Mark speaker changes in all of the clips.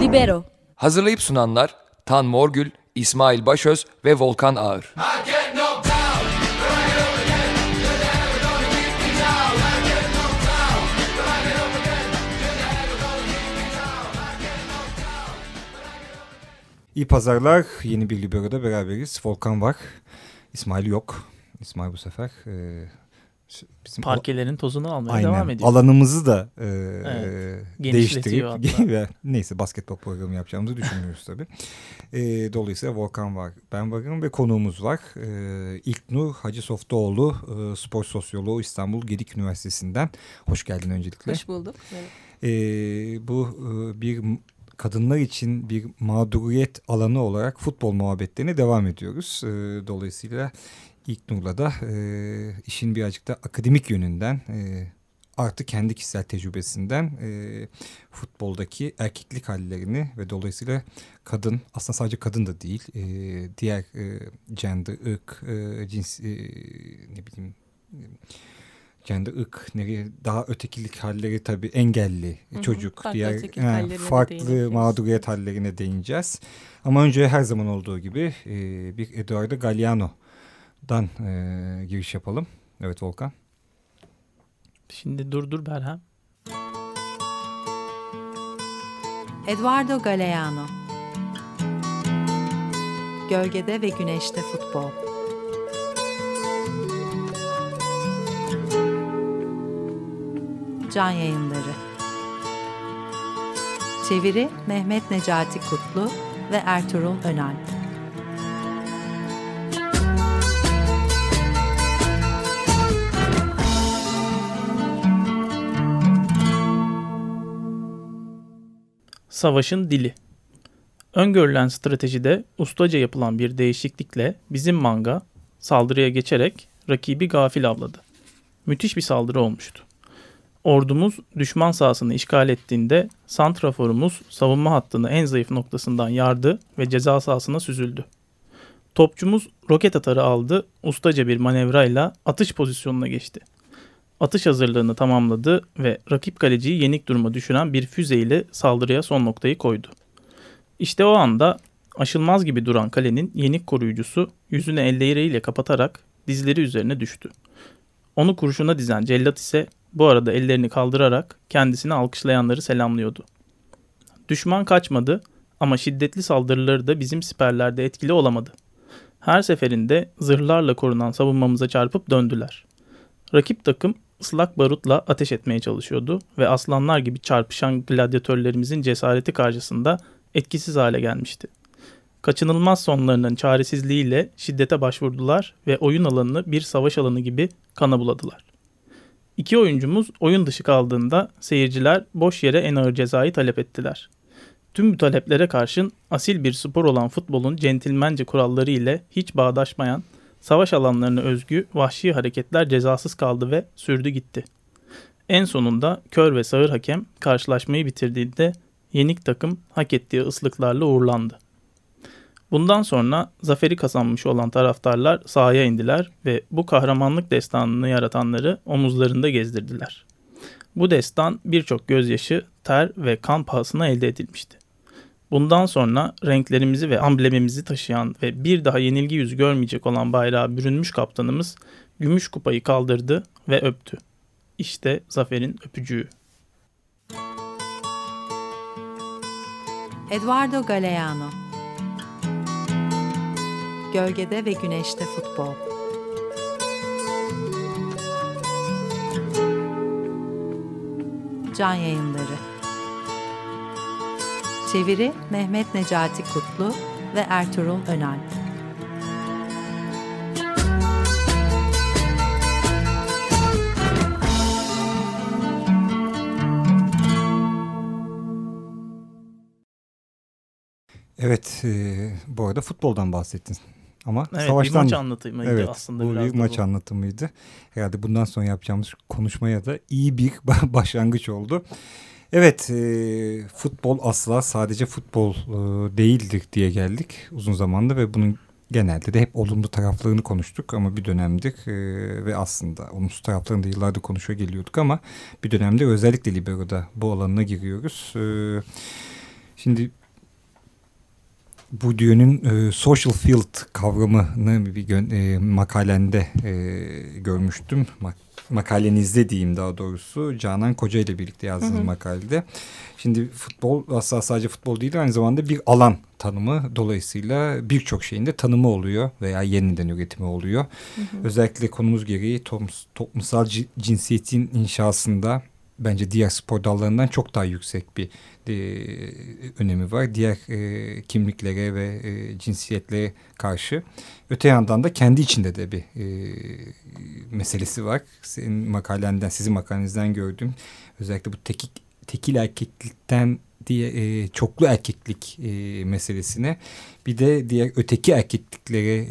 Speaker 1: Libero.
Speaker 2: Hazırlayıp sunanlar Tan Morgül, İsmail Başöz ve Volkan Ağır.
Speaker 3: İyi pazarlar. Yeni bir Libero'da beraberiz. Volkan var. İsmail yok. İsmail bu sefer
Speaker 4: bizim parkelerin tozunu almaya devam ediyor.
Speaker 3: Alanımızı da
Speaker 4: değiştirip
Speaker 3: neyse basketbol programı yapacağımızı düşünmüyoruz tabii. Dolayısıyla Volkan var. Ben varım ve konuğumuz var. İlknur Hacı Softaoğlu, spor sosyoloğu, İstanbul Gedik Üniversitesi'nden. Hoş geldin öncelikle.
Speaker 1: Hoş bulduk.
Speaker 3: Bu bir kadınlar için bir mağduriyet alanı olarak futbol muhabbetlerine devam ediyoruz. Dolayısıyla İlknur'la da işin birazcık da akademik yönünden artı kendi kişisel tecrübesinden futboldaki erkeklik hallerini ve dolayısıyla kadın, aslında sadece kadın da değil, diğer gender, ırk, cins, ne bileyim, gender, ırk, daha ötekilik halleri, tabii engelli, çocuk,
Speaker 1: farklı
Speaker 3: diğer farklı mağduriyet hallerine değineceğiz. Ama önce her zaman olduğu gibi bir Eduardo Galeano'dan giriş yapalım. Evet Volkan.
Speaker 4: Şimdi dur Berhem.
Speaker 5: Eduardo Galeano. Gölgede ve güneşte futbol. Can Yayınları. Çeviri Mehmet Necati Kutlu ve Ertuğrul Önal.
Speaker 4: Savaşın dili. Öngörülen stratejide ustaca yapılan bir değişiklikle bizim manga saldırıya geçerek rakibi gafil avladı. Müthiş bir saldırı olmuştu. Ordumuz düşman sahasını işgal ettiğinde santraforumuz savunma hattını en zayıf noktasından yardı ve ceza sahasına süzüldü. Topçumuz roket atarı aldı, ustaca bir manevrayla atış pozisyonuna geçti. Atış hazırlığını tamamladı ve rakip kaleciyi yenik duruma düşüren bir füzeyle saldırıya son noktayı koydu. İşte o anda aşılmaz gibi duran kalenin yenik koruyucusu yüzünü elleriyle kapatarak dizleri üzerine düştü. Onu kurşuna dizen cellat ise bu arada ellerini kaldırarak kendisini alkışlayanları selamlıyordu. Düşman kaçmadı ama şiddetli saldırıları da bizim siperlerde etkili olamadı. Her seferinde zırhlarla korunan savunmamıza çarpıp döndüler. Rakip takım ıslak barutla ateş etmeye çalışıyordu ve aslanlar gibi çarpışan gladyatörlerimizin cesareti karşısında etkisiz hale gelmişti. Kaçınılmaz sonlarının çaresizliğiyle şiddete başvurdular ve oyun alanını bir savaş alanı gibi kana buladılar. İki oyuncumuz oyun dışı kaldığında seyirciler boş yere en ağır cezayı talep ettiler. Tüm bu taleplere karşın asil bir spor olan futbolun centilmence kuralları ile hiç bağdaşmayan savaş alanlarına özgü vahşi hareketler cezasız kaldı ve sürdü gitti. En sonunda kör ve sağır hakem karşılaşmayı bitirdiğinde yenik takım hak ettiği ıslıklarla uğurlandı. Bundan sonra zaferi kazanmış olan taraftarlar sahaya indiler ve bu kahramanlık destanını yaratanları omuzlarında gezdirdiler. Bu destan birçok gözyaşı, ter ve kan pahasına elde edilmişti. Bundan sonra renklerimizi ve amblemimizi taşıyan ve bir daha yenilgi yüzü görmeyecek olan bayrağa bürünmüş kaptanımız gümüş kupayı kaldırdı ve öptü. İşte zaferin öpücüğü.
Speaker 5: Eduardo Galeano. Gölgede ve güneşte futbol. Can Yayınları. Çeviri Mehmet Necati Kutlu ve Ertuğrul Önal.
Speaker 3: Evet, bu arada futboldan bahsettin. Ama
Speaker 4: evet,
Speaker 3: savaştan...
Speaker 4: bir maç anlatımıydı aslında.
Speaker 3: Bu bir maç anlatımıydı. Herhalde bundan sonra yapacağımız konuşmaya da iyi bir başlangıç oldu. Evet, futbol asla sadece futbol değildir diye geldik uzun zamandır ve bunun genelde de hep olumlu taraflarını konuştuk ama bir dönemdir ve aslında olumsuz taraflarını da yıllardır konuşuyor geliyorduk ama bir dönemde özellikle Libero'da bu alanına giriyoruz. Şimdi Bourdieu'nun social field kavramını bir makalende görmüştüm. Makalenizde diyeyim daha doğrusu. Canan Koca ile birlikte yazdığınız makalede. Şimdi futbol aslında sadece futbol değil, aynı zamanda bir alan tanımı. Dolayısıyla birçok şeyin de tanımı oluyor veya yeniden üretimi oluyor. Özellikle konumuz gereği toplumsal cinsiyetin inşasında bence diğer spor dallarından çok daha yüksek bir önemi var. Diğer kimliklere ve cinsiyetlere karşı. Öte yandan da kendi içinde de bir meselesi var. Sizin makalenizden gördüğüm özellikle bu tekil erkeklikten diye çoklu erkeklik meselesine, bir de diğer öteki erkekliklere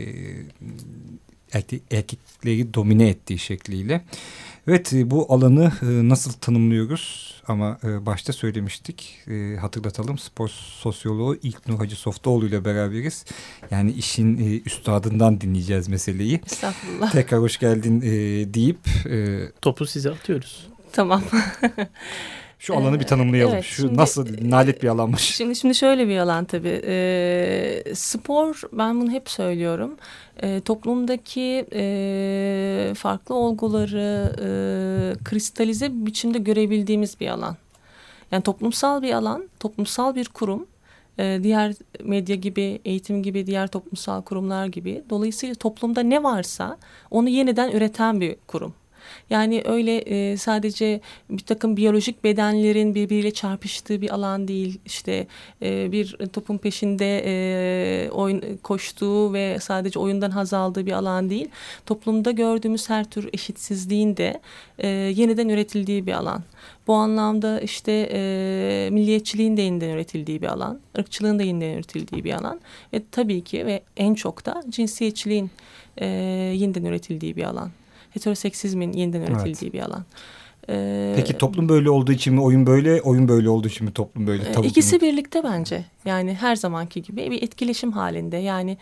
Speaker 3: erkeklikleri domine ettiği şekliyle. Evet, bu alanı nasıl tanımlıyoruz? Ama başta söylemiştik, hatırlatalım, spor sosyoloğu İlknur Hacı Softaoğlu ile beraberiz. Yani işin üstadından dinleyeceğiz meseleyi.
Speaker 1: Estağfurullah.
Speaker 3: Tekrar hoş geldin deyip...
Speaker 4: Topu size atıyoruz.
Speaker 1: Tamam.
Speaker 3: Şu alanı bir tanımlayalım.
Speaker 1: Evet,
Speaker 3: Şu nasıl nalet bir alanmış.
Speaker 1: Şimdi şöyle bir alan tabii. Spor, ben bunu hep söylüyorum. Toplumdaki farklı olguları kristalize bir biçimde görebildiğimiz bir alan. Yani toplumsal bir alan, toplumsal bir kurum. Diğer medya gibi, eğitim gibi, diğer toplumsal kurumlar gibi. Dolayısıyla toplumda ne varsa onu yeniden üreten bir kurum. Yani öyle sadece bir takım biyolojik bedenlerin birbiriyle çarpıştığı bir alan değil. İşte bir topun peşinde koştuğu ve sadece oyundan haz aldığı bir alan değil. Toplumda gördüğümüz her tür eşitsizliğin de yeniden üretildiği bir alan. Bu anlamda işte milliyetçiliğin de yeniden üretildiği bir alan. Irkçılığın da yeniden üretildiği bir alan. Ve tabii ki ve en çok da cinsiyetçiliğin yeniden üretildiği bir alan. Heteroseksizmin yeniden üretildiği bir alan.
Speaker 3: Peki toplum böyle olduğu için mi oyun böyle, oyun böyle olduğu için mi toplum böyle?
Speaker 1: İkisi birlikte bence. Yani her zamanki gibi bir etkileşim halinde. Yani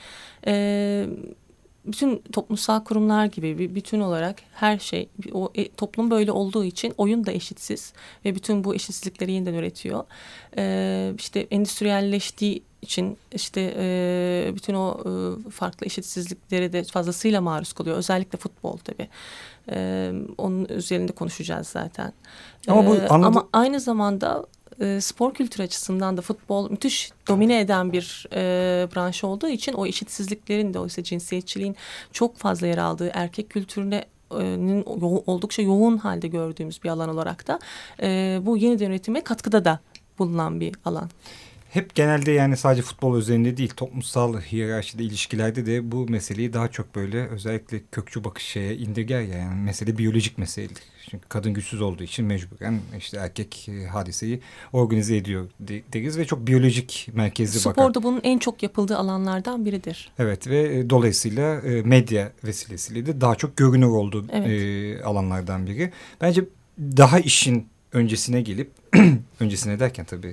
Speaker 1: bütün toplumsal kurumlar gibi bir bütün olarak her şey, toplum böyle olduğu için oyun da eşitsiz ve bütün bu eşitsizlikleri yeniden üretiyor. İşte endüstriyelleştiği için işte bütün o farklı eşitsizliklere de fazlasıyla maruz kalıyor. Özellikle futbol tabii. Onun üzerinde konuşacağız zaten. Ama aynı zamanda spor kültürü açısından da futbol müthiş domine eden bir branş olduğu için o eşitsizliklerin de, oysa cinsiyetçiliğin çok fazla yer aldığı erkek kültürüne oldukça yoğun halde gördüğümüz bir alan olarak da bu yeniden üretime katkıda da bulunan bir alan.
Speaker 3: Hep genelde yani sadece futbol üzerinde değil, toplumsal hiyerarşide, ilişkilerde de bu meseleyi daha çok böyle özellikle kökçü bakış şeye indirger ya, yani mesele biyolojik meseledir. Çünkü kadın güçsüz olduğu için mecburen işte erkek hadiseyi organize ediyor deriz ve çok biyolojik merkezli bakar.
Speaker 1: Sporda bunun en çok yapıldığı alanlardan biridir.
Speaker 3: Evet ve dolayısıyla medya vesilesiyle de daha çok görünür olduğu alanlardan biri. Bence daha işin öncesine gelip, öncesine derken tabii...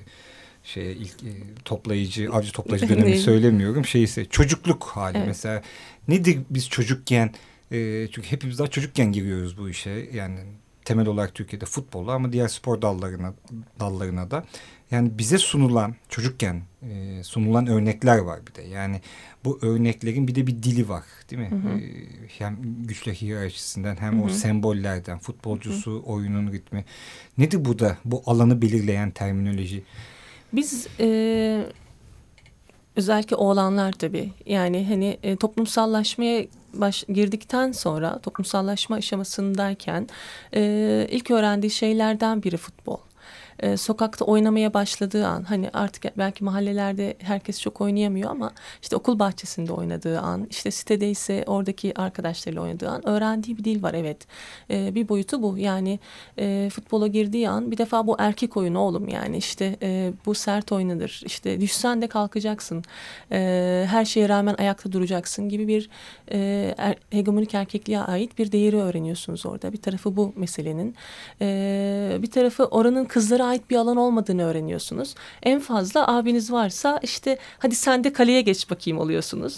Speaker 3: avcı toplayıcı dönemi söylemiyorum. Ise çocukluk hali mesela. Nedir biz çocukken, çünkü hepimiz daha çocukken giriyoruz bu işe. Yani temel olarak Türkiye'de futbolla ama diğer spor dallarına da. Yani bize çocukken sunulan örnekler var bir de. Yani bu örneklerin bir de bir dili var, değil mi? Hem güçler hiyerarşisinden hem o sembollerden, futbolcusu, oyunun ritmi. Nedir bu da bu alanı belirleyen terminoloji?
Speaker 1: Biz özellikle oğlanlar tabii, yani hani toplumsallaşmaya girdikten sonra, toplumsallaşma aşamasındayken ilk öğrendiği şeylerden biri futbol. Sokakta oynamaya başladığı an, hani artık belki mahallelerde herkes çok oynayamıyor ama işte okul bahçesinde oynadığı an, işte sitedeyse oradaki arkadaşlarıyla oynadığı an öğrendiği bir dil var, evet. Bir boyutu bu. Yani futbola girdiği an bir defa bu erkek oyunu oğlum, yani işte bu sert oynanır. İşte düşsen de kalkacaksın. Her şeye rağmen ayakta duracaksın gibi bir hegemonik erkekliğe ait bir değeri öğreniyorsunuz orada. Bir tarafı bu meselenin. Bir tarafı oranın kızları sizlere ait bir alan olmadığını öğreniyorsunuz. En fazla abiniz varsa işte hadi sen de kaleye geç bakayım oluyorsunuz.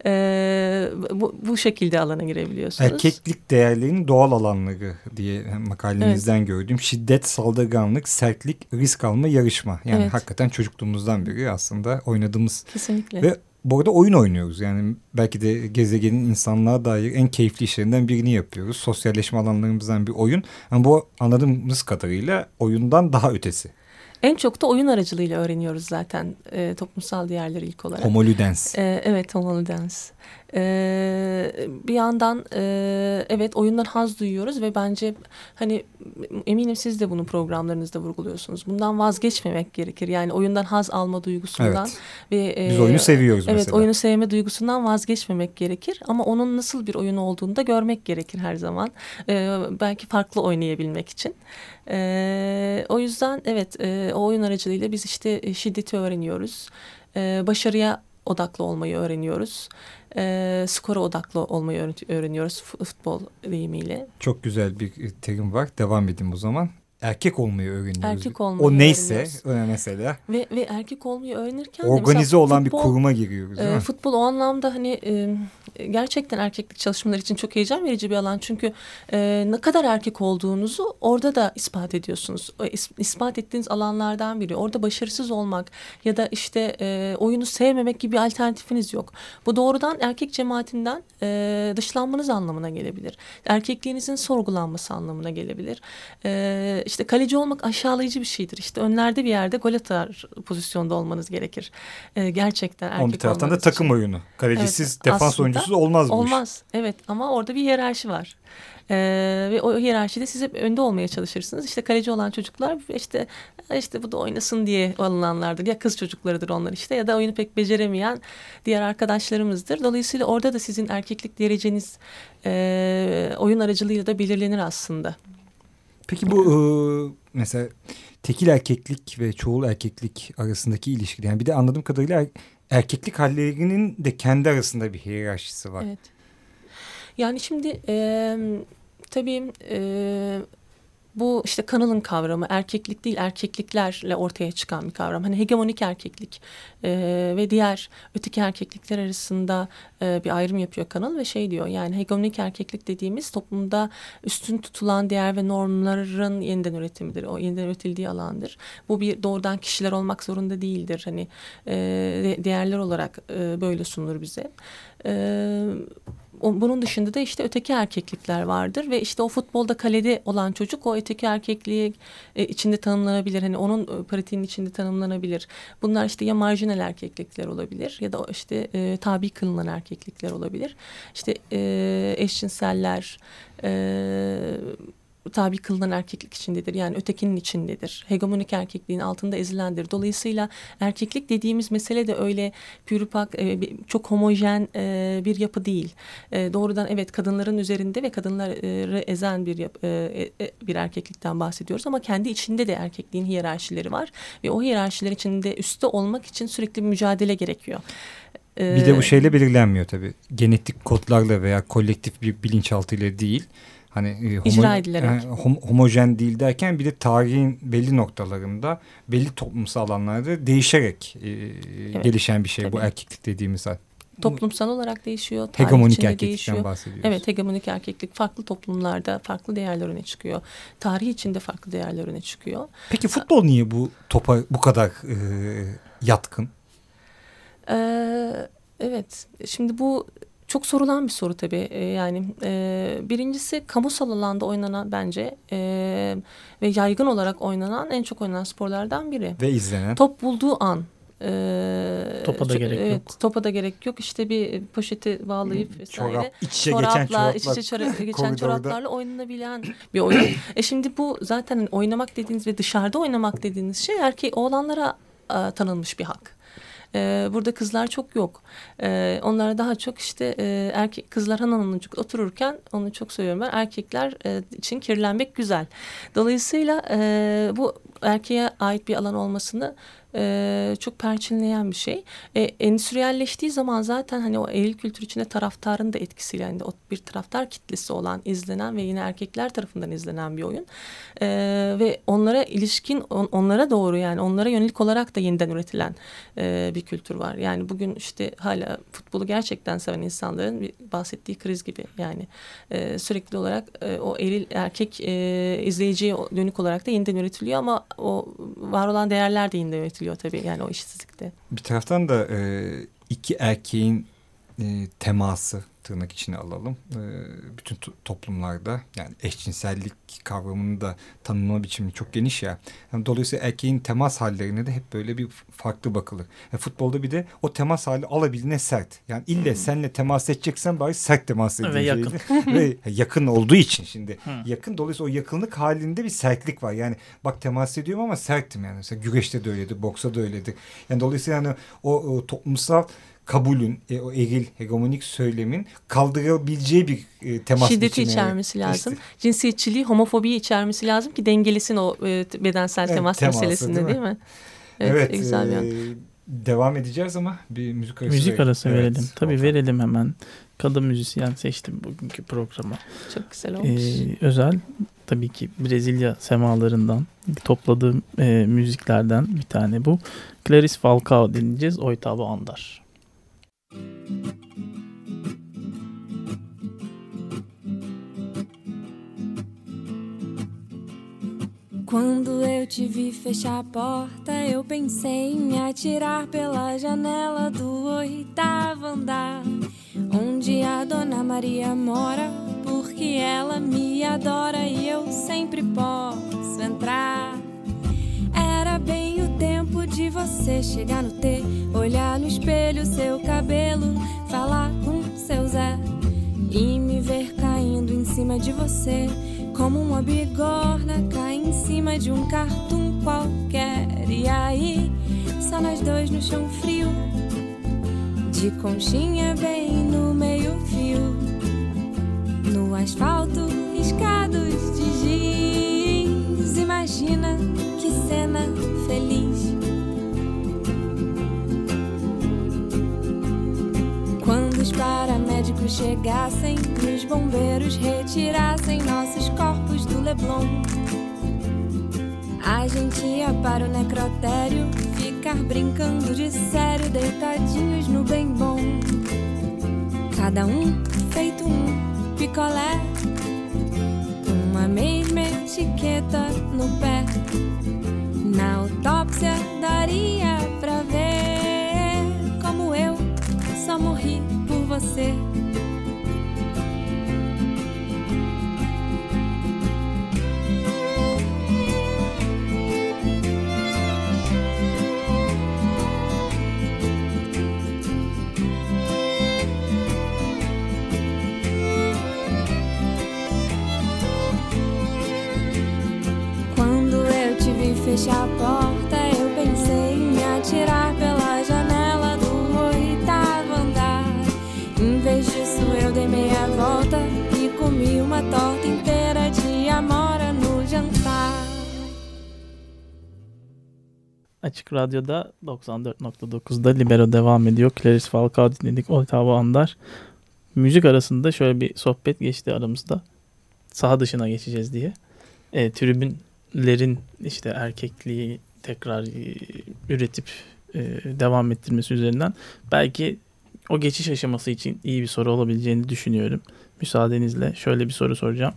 Speaker 1: Bu şekilde alana girebiliyorsunuz.
Speaker 3: Erkeklik değerlerinin doğal alanları diye makalenizden gördüğüm şiddet, saldırganlık, sertlik, risk alma, yarışma. Yani hakikaten çocukluğumuzdan beri aslında oynadığımız.
Speaker 1: Kesinlikle.
Speaker 3: Ve bu arada oyun oynuyoruz. Yani belki de gezegenin insanlığa dair en keyifli işlerinden birini yapıyoruz. Sosyalleşme alanlarımızdan bir oyun. Ama bu anladığımız kadarıyla oyundan daha ötesi.
Speaker 1: En çok da oyun aracılığıyla öğreniyoruz zaten toplumsal değerleri ilk olarak.
Speaker 3: Homo ludens.
Speaker 1: Evet, homo ludens. Bir yandan evet oyundan haz duyuyoruz ve bence hani eminim siz de bunu programlarınızda vurguluyorsunuz. Bundan vazgeçmemek gerekir. Yani oyundan haz alma duygusundan.
Speaker 3: Evet. Ve, biz oyunu seviyoruz
Speaker 1: evet,
Speaker 3: mesela.
Speaker 1: Evet, oyunu sevme duygusundan vazgeçmemek gerekir. Ama onun nasıl bir oyun olduğunu da görmek gerekir her zaman. Belki farklı oynayabilmek için. O yüzden evet o oyun aracılığıyla biz işte şiddeti öğreniyoruz. Başarıya odaklı olmayı öğreniyoruz. Skora odaklı olmayı öğreniyoruz futbol deyimiyle.
Speaker 3: Çok güzel bir terim var. Devam edeyim o zaman. Erkek olmayı öğreniyoruz.
Speaker 1: Erkek olmayı
Speaker 3: o neyse mesela.
Speaker 1: Ve erkek olmayı öğrenirken
Speaker 3: organize olan futbol, bir kuruma giriyoruz değil mi?
Speaker 1: Futbol o anlamda hani gerçekten erkeklik çalışmaları için çok heyecan verici bir alan. Çünkü ne kadar erkek olduğunuzu orada da ispat ediyorsunuz. İspat ettiğiniz alanlardan biri. Orada başarısız olmak ya da işte oyunu sevmemek gibi bir alternatifiniz yok. Bu doğrudan erkek cemaatinden dışlanmanız anlamına gelebilir. Erkekliğinizin sorgulanması anlamına gelebilir. İşte kaleci olmak aşağılayıcı bir şeydir. İşte önlerde bir yerde gol atar pozisyonda olmanız gerekir. Gerçekten erkek olmanız.
Speaker 3: Bir taraftan da takım için. Oyunu. Kalecisiz, evet, defans oyuncusuz olmaz bu iş.
Speaker 1: Olmaz. Evet ama orada bir hiyerarşi var. Ve o hiyerarşide siz hep önde olmaya çalışırsınız. İşte kaleci olan çocuklar işte bu da oynasın diye alınanlardır. Ya kız çocuklarıdır onlar işte ya da oyunu pek beceremeyen diğer arkadaşlarımızdır. Dolayısıyla orada da sizin erkeklik dereceniz oyun aracılığıyla da belirlenir aslında.
Speaker 3: Peki bu mesela tekil erkeklik ve çoğul erkeklik arasındaki ilişki. Yani bir de anladığım kadarıyla erkeklik hallerinin de kendi arasında bir hiyerarşisi var.
Speaker 1: Evet. Yani şimdi tabii bu işte Connell'ın kavramı erkeklik değil erkekliklerle ortaya çıkan bir kavram. Hani hegemonik erkeklik ve diğer öteki erkeklikler arasında bir ayrım yapıyor Connell ve şey diyor. Yani hegemonik erkeklik dediğimiz toplumda üstün tutulan değer ve normların yeniden üretimidir. O yeniden üretildiği alandır. Bu bir doğrudan kişiler olmak zorunda değildir. Hani değerler olarak böyle sunulur bize. Bunun dışında da işte öteki erkeklikler vardır ve işte o futbolda kalede olan çocuk o öteki erkekliği içinde tanımlanabilir. Hani onun pratiğinin içinde tanımlanabilir. Bunlar işte ya marjinal erkeklikler olabilir ya da işte tabi kılınan erkeklikler olabilir. İşte eşcinseller tabi kılınan erkeklik içindedir. Yani ötekinin içindedir. Hegemonik erkekliğin altında ezilendir. Dolayısıyla erkeklik dediğimiz mesele de öyle pürüpak, çok homojen bir yapı değil. Doğrudan evet kadınların üzerinde ve kadınları ezen bir erkeklikten bahsediyoruz. Ama kendi içinde de erkekliğin hiyerarşileri var. Ve o hiyerarşiler içinde üstte olmak için sürekli bir mücadele gerekiyor.
Speaker 3: Bir de bu şeyle belirlenmiyor tabii. Genetik kodlarla veya kolektif bir bilinçaltıyla değil. Hani
Speaker 1: icra edilerek.
Speaker 3: Homojen değil derken bir de tarihin belli noktalarında belli toplumsal alanlarda değişerek gelişen bir şey tabii. Bu erkeklik dediğimiz hal.
Speaker 1: Toplumsal olarak değişiyor.
Speaker 3: Hegemonik erkeklikten bahsediyoruz.
Speaker 1: Evet, hegemonik erkeklik farklı toplumlarda farklı değerler öne çıkıyor. Tarih içinde farklı değerler öne çıkıyor.
Speaker 3: Peki futbol niye bu topa bu kadar yatkın?
Speaker 1: Evet, şimdi bu çok sorulan bir soru tabii. Yani birincisi kamusal alanda oynanan bence ve yaygın olarak oynanan en çok oynanan sporlardan biri.
Speaker 3: Ve izlenen.
Speaker 1: Top bulduğu an.
Speaker 4: Topa da gerek yok.
Speaker 1: Topa da gerek yok. İşte bir poşeti bağlayıp vesaire.
Speaker 3: İç içe
Speaker 1: geçen çoraplarla oynanabilen bir oyun. Şimdi bu zaten oynamak dediğiniz ve dışarıda oynamak dediğiniz şey oğlanlara tanınmış bir hak. Burada kızlar çok yok. Onlara daha çok işte erkek kızlar hanımcık otururken onu çok söylüyorum ben. Erkekler için kirlenmek güzel. Dolayısıyla bu erkeğe ait bir alan olmasını çok perçinleyen bir şey. Endüstriyelleştiği zaman zaten hani o eril kültür içinde taraftarın da etkisiyle, yani o bir taraftar kitlesi olan, izlenen ve yine erkekler tarafından izlenen bir oyun. Ve onlara ilişkin, onlara doğru, yani onlara yönelik olarak da yeniden üretilen bir kültür var. Yani bugün işte hala futbolu gerçekten seven insanların bahsettiği kriz gibi, yani sürekli olarak o eril erkek izleyiciye dönük olarak da yeniden üretiliyor ama o var olan değerler de yeniden üretiliyor tabii, yani o işsizlikte.
Speaker 3: Bir taraftan da iki erkeğin teması, tırnak içine alalım, bütün toplumlarda, yani eşcinsellik kavramını da tanımlama biçimi çok geniş ya. Yani dolayısıyla erkeğin temas hallerine de hep böyle bir farklı bakılır. Futbolda bir de o temas hali alabildiğine sert. Yani ille seninle temas edeceksen bari sert temas edin.
Speaker 4: Ve yakın.
Speaker 3: Ve yakın olduğu için şimdi. Yakın, dolayısıyla o yakınlık halinde bir sertlik var. Yani bak temas ediyorum ama serttim yani. Mesela güreşte de öyledir, boksa da öyledir. Yani dolayısıyla yani o toplumsal kabulün, o eril, hegemonik söylemin kaldırabileceği bir temas
Speaker 1: şiddeti
Speaker 3: biçimi.
Speaker 1: içermesi lazım. Cinsiyetçiliği, homofobiyi içermesi lazım ki dengelesin o bedensel temas meselesinde, değil mi? Evet, güzel bir an.
Speaker 3: Devam edeceğiz ama bir müzik
Speaker 4: arası verelim. Tabii verelim hemen. Kadın müzisyen seçtim bugünkü programa.
Speaker 1: Çok güzel olmuş.
Speaker 4: Özel, tabii ki Brezilya semalarından topladığım müziklerden bir tane bu. Clarice Falcao dinleyeceğiz. Oitavo Andar.
Speaker 6: Quando eu te vi fechar a porta, eu pensei em me atirar pela janela do oitavo andar, onde a Dona Maria mora, porque ela me adora e eu sempre posso entrar. Era bem o tempo de você chegar no T, olhar no espelho seu cabelo, falar com seu Zé e me ver caindo em cima de você, como uma bigorna cai em cima de um cartoon qualquer. E aí, só nós dois no chão frio, de conchinha bem no meio-fio, no asfalto riscados de giz. Imagina que cena feliz. Quando os paramédicos chegassem e os bombeiros retirassem nossos corpos do Leblon, a gente ia para o necrotério ficar brincando de sério, deitadinhos no bem bom, cada um feito um picolé, uma mesma etiqueta no pé. Na autópsia daria pra ver como eu só morri por você. Quando eu te vi fechar a porta, eu pensei em me atirar pela janela do oitavo andar. Em vez disso eu dei meia volta e comi uma torta inteira de amora no jantar.
Speaker 4: Açık Radyo'da 94.9'da Libero devam ediyor. Clarice Falcao dinledik. Oitavo Andar. Müzik arasında şöyle bir sohbet geçti aramızda. Saha dışına geçeceğiz diye. Tribünlerin işte erkekliği tekrar üretip devam ettirmesi üzerinden belki o geçiş aşaması için iyi bir soru olabileceğini düşünüyorum. Müsaadenizle şöyle bir soru soracağım.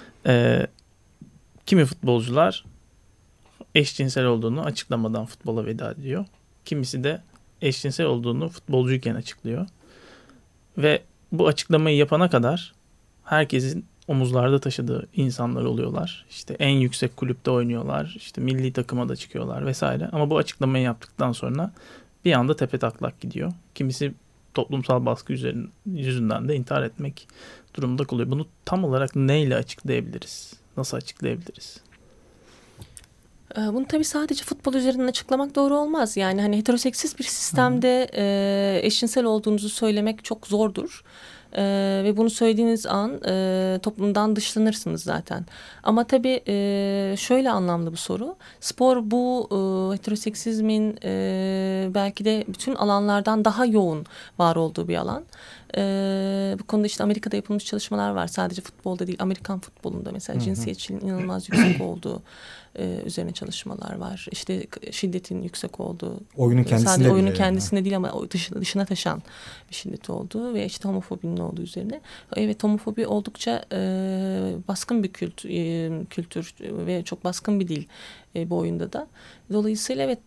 Speaker 4: Kimi futbolcular eşcinsel olduğunu açıklamadan futbola veda ediyor. Kimisi de eşcinsel olduğunu futbolcuyken açıklıyor. Ve bu açıklamayı yapana kadar herkesin omuzlarda taşıdığı insanlar oluyorlar. İşte en yüksek kulüpte oynuyorlar. İşte milli takıma da çıkıyorlar vesaire. Ama bu açıklamayı yaptıktan sonra bir anda tepetaklak gidiyor. Kimisi toplumsal baskı yüzünden de intihar etmek durumunda kalıyor. Bunu tam olarak neyle açıklayabiliriz? Nasıl açıklayabiliriz?
Speaker 1: Bunu tabii sadece futbol üzerinden açıklamak doğru olmaz. Yani hani heteroseksist bir sistemde eşcinsel olduğunuzu söylemek çok zordur. Ve bunu söylediğiniz an toplumdan dışlanırsınız zaten. Ama tabii şöyle anlamlı bu soru. Spor bu heteroseksizmin belki de bütün alanlardan daha yoğun var olduğu bir alan. Bu konuda işte Amerika'da yapılmış çalışmalar var. Sadece futbolda değil, Amerikan futbolunda mesela cinsiyetçiliğin inanılmaz yüksek olduğu üzerine çalışmalar var. İşte şiddetin yüksek olduğu.
Speaker 3: Oyunun kendisinde
Speaker 1: sadece oyunun
Speaker 3: bile
Speaker 1: kendisinde değil ama dışına taşan bir şiddet olduğu ve işte homofobinin olduğu üzerine. Evet, homofobi oldukça baskın bir kültür ve çok baskın bir dil bu oyunda da. Dolayısıyla evet,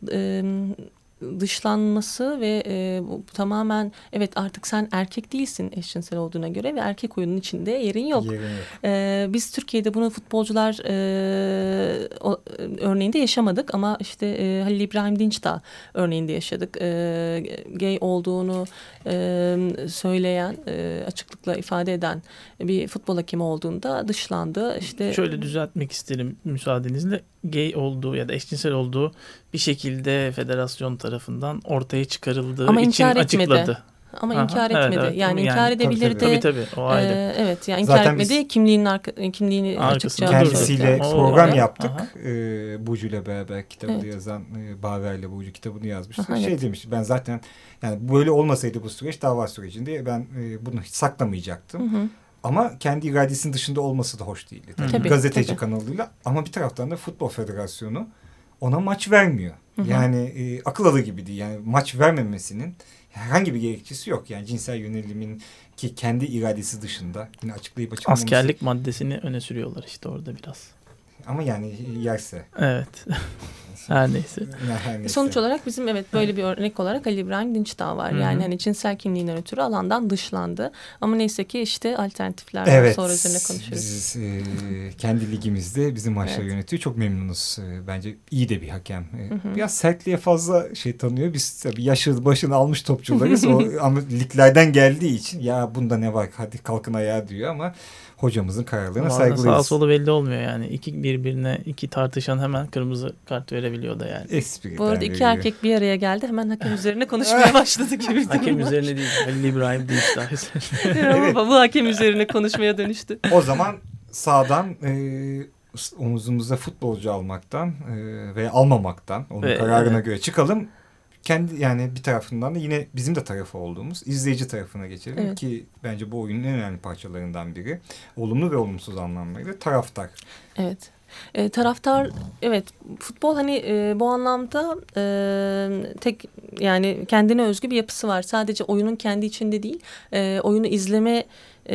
Speaker 1: dışlanması ve bu tamamen evet artık sen erkek değilsin eşcinsel olduğuna göre ve erkek oyunun içinde yerin yok. Biz Türkiye'de bunu futbolcular örneğinde yaşamadık ama işte Halil İbrahim Dinçtağ örneğinde yaşadık. Gay olduğunu söyleyen, açıklıkla ifade eden bir futbol hakemi olduğunda dışlandı. İşte
Speaker 4: şöyle düzeltmek isterim müsaadenizle. Gay olduğu ya da eşcinsel olduğu bir şekilde federasyon tarafından ortaya çıkarıldığı
Speaker 1: ama
Speaker 4: için açıkladı.
Speaker 1: Ama inkar etmedi. Evet. Yani inkar edebilirdi.
Speaker 4: Tabii o ayrı.
Speaker 1: Evet, yani inkar
Speaker 3: zaten
Speaker 1: etmedi. Kimliğini açıkça
Speaker 3: kendisiyle program yaptık.
Speaker 1: Evet.
Speaker 3: Bucu ile beraber kitabını yazan Baver ile Bucu kitabını yazmıştı.
Speaker 1: Evet.
Speaker 3: Demişti. Ben zaten yani böyle olmasaydı bu süreç, dava sürecinde ben bunu hiç saklamayacaktım.
Speaker 1: Hı hı.
Speaker 3: Ama kendi iradesinin dışında olması da hoş değildi.
Speaker 1: Tabii,
Speaker 3: gazeteci kanalıyla ama bir taraftan da Futbol Federasyonu ona maç vermiyor. Hı hı. Yani akıl alır gibi değil. Yani maç vermemesinin herhangi bir gerekçesi yok. Yani cinsel yönelimin ki kendi iradesi dışında yine açıklayıp açıklamaması.
Speaker 4: Askerlik maddesini öne sürüyorlar işte orada biraz.
Speaker 3: Ama yani yerse.
Speaker 4: Evet. Her neyse.
Speaker 1: Sonuç olarak bizim böyle bir örnek olarak Ali İbrahim Dinçtağ var. Yani hani cinsel kimliğinden ötürü alandan dışlandı. Ama neyse ki işte alternatifler var. Sonra üzerine konuşuruz.
Speaker 3: Biz kendi ligimizde bizim maçları yönetiyor. Çok memnunuz. Bence iyi de bir hakem. Biraz sertliğe fazla tanıyor. Biz tabii yaşı başını almış topçularız. Ama liglerden geldiği için ya bunda ne var hadi kalkın ayağa diyor ama hocamızın kararlarına saygılıyız.
Speaker 4: Sağ solu belli olmuyor yani. İki tartışan hemen kırmızı kart verebiliyor da yani.
Speaker 1: Bu arada iki erkek bir araya geldi. Hemen hakem üzerine konuşmaya başladı gibi.
Speaker 4: Hakem üzerine değil. Halil İbrahim Dinçtağ üzerine.
Speaker 1: Evet. Bu hakem üzerine konuşmaya dönüştü.
Speaker 3: O zaman sağdan omuzumuza futbolcu almaktan veya almamaktan onun kararına göre çıkalım. Yani bir tarafından da yine bizim de tarafı olduğumuz izleyici tarafına geçelim ki bence bu oyunun en önemli parçalarından biri. Olumlu ve olumsuz anlamlarıyla taraftar.
Speaker 1: Evet. Taraftar futbol bu anlamda tek yani kendine özgü bir yapısı var. Sadece oyunun kendi içinde değil, oyunu izleme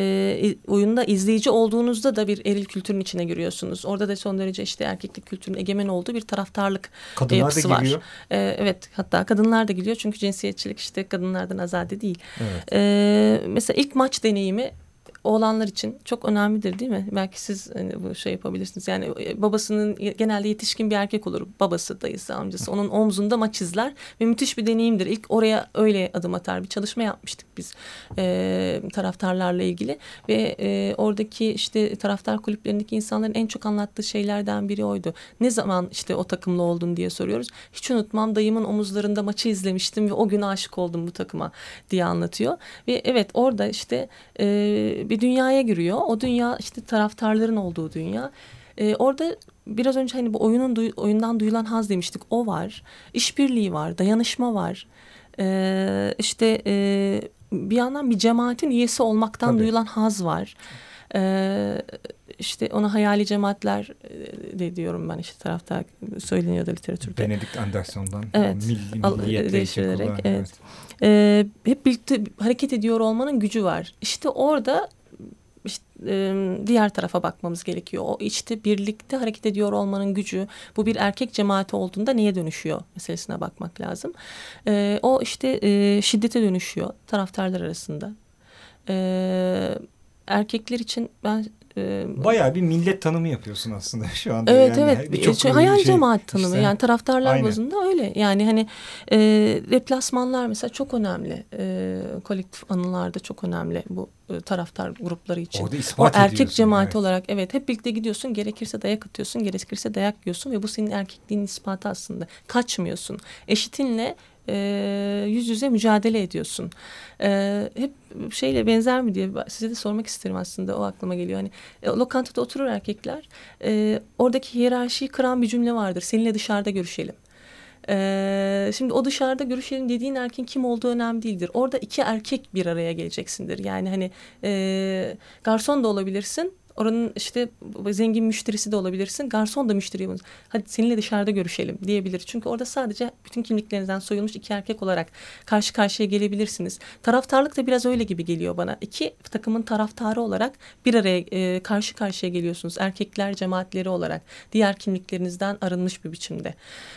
Speaker 1: oyunda izleyici olduğunuzda da bir eril kültürün içine giriyorsunuz. Orada da son derece işte erkeklik kültürünün egemen olduğu bir taraftarlık yapısı var. Evet, hatta kadınlar da giriyor çünkü cinsiyetçilik işte kadınlardan azade değil. Evet. Mesela ilk maç deneyimi oğlanlar için çok önemlidir değil mi? Belki siz bu yapabilirsiniz. Yani babasının genelde yetişkin bir erkek olur. Babası, dayısı, amcası. Onun omzunda maç izler ve müthiş bir deneyimdir. İlk oraya öyle adım atar. Bir çalışma yapmıştık biz taraftarlarla ilgili. Ve oradaki işte taraftar kulüplerindeki insanların en çok anlattığı şeylerden biri oydu. Ne zaman işte o takımla oldun diye soruyoruz. Hiç unutmam, dayımın omuzlarında maçı izlemiştim ve o gün aşık oldum bu takıma diye anlatıyor. Ve evet, orada işte bir dünyaya giriyor. O dünya işte taraftarların olduğu dünya. Orada biraz önce bu oyundan duyulan haz demiştik. O var. İşbirliği var. Dayanışma var. Bir yandan bir cemaatin üyesi olmaktan duyulan haz var. İşte ona hayali cemaatler de diyorum ben, işte taraftar söyleniyor da literatürde.
Speaker 3: Benedict Anderson'dan
Speaker 1: milliyetle hep birlikte hareket ediyor olmanın gücü var. İşte orada diğer tarafa bakmamız gerekiyor. O işte birlikte hareket ediyor olmanın gücü, bu bir erkek cemaati olduğunda neye dönüşüyor meselesine bakmak lazım. O işte şiddete dönüşüyor taraftarlar arasında. Erkekler için ben
Speaker 3: bayağı bir millet tanımı yapıyorsun aslında şu anda.
Speaker 1: Evet, yani evet. Hayal cemaat tanımı işte, yani taraftarlar bazında öyle. Yani replasmanlar mesela çok önemli. Kolektif anılarda çok önemli bu taraftar grupları için. O erkek cemaati olarak hep birlikte gidiyorsun. Gerekirse dayak atıyorsun, gerekirse dayak yiyorsun ve bu senin erkekliğinin ispatı aslında. Kaçmıyorsun. Eşitinle yüz yüze mücadele ediyorsun. Hep şeyle benzer mi diye size de sormak isterim aslında, o aklıma geliyor. Hani lokantada oturur erkekler, oradaki hiyerarşiyi kıran bir cümle vardır: seninle dışarıda görüşelim. Şimdi o dışarıda görüşelim dediğin erkeğin kim olduğu önemli değildir. Orada iki erkek bir araya geleceksindir. Yani hani garson da olabilirsin. Oranın işte zengin müşterisi de olabilirsin. Garson da müşteri. Hadi seninle dışarıda görüşelim diyebilir. Çünkü orada sadece bütün kimliklerinizden soyulmuş iki erkek olarak karşı karşıya gelebilirsiniz. Taraftarlık da biraz öyle gibi geliyor bana. İki takımın taraftarı olarak bir araya karşı karşıya geliyorsunuz. Erkekler cemaatleri olarak diğer kimliklerinizden arınmış bir biçimde.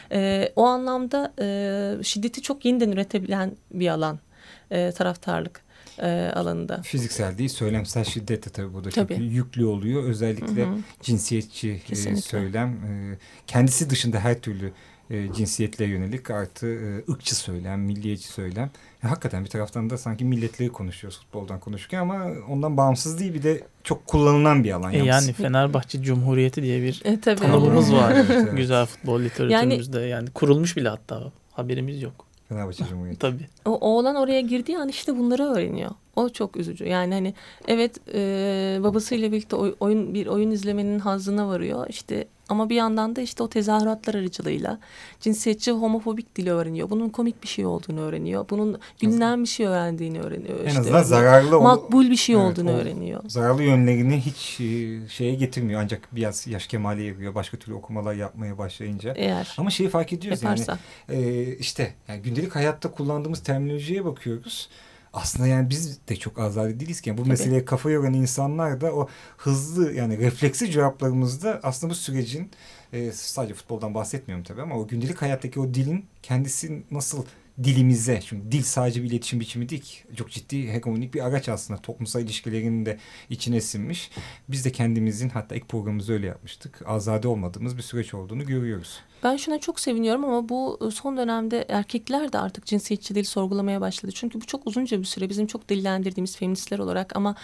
Speaker 1: O anlamda şiddeti çok yeniden üretebilen bir alan taraftarlık alanında.
Speaker 3: Fiziksel değil, söylemsel şiddet de tabii burada çok yüklü oluyor. Özellikle cinsiyetçi söylem, kendisi dışında her türlü cinsiyetle yönelik, artı ırkçı söylem, milliyetçi söylem. Hakikaten bir taraftan da sanki milletleri konuşuyoruz futboldan konuşurken, ama ondan bağımsız değil, bir de çok kullanılan bir alan.
Speaker 4: Yani Fenerbahçe Cumhuriyeti diye bir tanımımız var. Evet. Güzel futbol literatürümüzde. Yani kurulmuş bile, hatta haberimiz yok.
Speaker 3: Fenerbahçe Cumhuriyeti.
Speaker 4: Tabii.
Speaker 1: O oğlan oraya girdiği an işte bunları öğreniyor. O çok üzücü. Yani hani evet, babasıyla birlikte bir oyun izlemenin hazzına varıyor. İşte ama bir yandan da işte o tezahüratlar aracılığıyla cinsiyetçi, homofobik dili öğreniyor. Bunun komik bir şey olduğunu öğreniyor. Bunun gülünen bir şey öğrendiğini öğreniyor.
Speaker 3: En azından zararlı,
Speaker 1: makbul bir şey olduğunu öğreniyor.
Speaker 3: Zararlı yönlerini hiç şeye getirmiyor. Ancak biraz yaş kemale eriyor. Başka türlü okumalar yapmaya başlayınca. Ama şeyi fark ediyoruz yaparsa. Yani işte yani gündelik hayatta kullandığımız terminolojiye bakıyoruz. Aslında yani biz de çok azade değiliz ki. Yani bu meseleye kafa yoran insanlar da o hızlı, yani refleksi cevaplarımızda aslında bu sürecin, sadece futboldan bahsetmiyorum tabii, ama o gündelik hayattaki o dilin kendisi nasıl dilimize, çünkü dil sadece bir iletişim biçimi değil ki, çok ciddi hegemonik bir araç aslında, toplumsal ilişkilerin de içine sinmiş. Biz de kendimizin, hatta ilk programımızda öyle yapmıştık, azade olmadığımız bir süreç olduğunu görüyoruz.
Speaker 1: Ben şuna çok seviniyorum, ama bu son dönemde erkekler de artık cinsiyetçi dil sorgulamaya başladı. Çünkü bu çok uzunca bir süre bizim çok dillendirdiğimiz feministler olarak, ama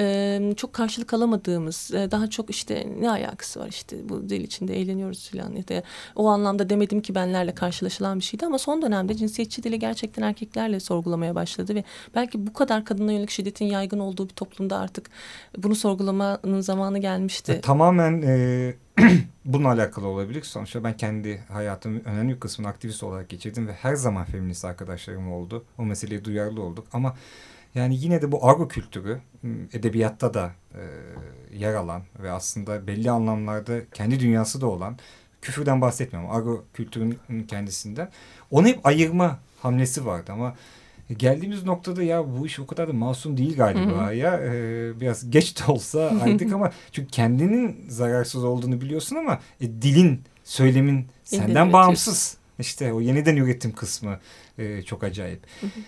Speaker 1: çok karşılık alamadığımız, daha çok işte ne alakası var işte bu dil içinde eğleniyoruz falan. O anlamda demedim ki benlerle karşılaşılan bir şeydi, ama son dönemde cinsiyetçi dili gerçekten erkeklerle sorgulamaya başladı ve belki bu kadar kadına yönelik şiddetin yaygın olduğu bir toplumda artık bunu sorgulamanın zamanı gelmişti.
Speaker 3: Tamamen bununla alakalı olabilir. Sonuçta ben kendi hayatımın önemli bir kısmını aktivist olarak geçirdim ve her zaman feminist arkadaşlarım oldu. O meseleye duyarlı olduk, ama yani yine de bu argo kültürü edebiyatta da yer alan ve aslında belli anlamlarda kendi dünyası da olan, küfürden bahsetmiyorum, argo kültürünün kendisinden, onu hep ayırma hamlesi vardı, ama geldiğimiz noktada ya bu iş o kadar da masum değil galiba ya, biraz geç de olsa aydık, ama çünkü kendinin zararsız olduğunu biliyorsun, ama dilin, söylemin senden bağımsız. İşte o yeniden üretim kısmı çok acayip.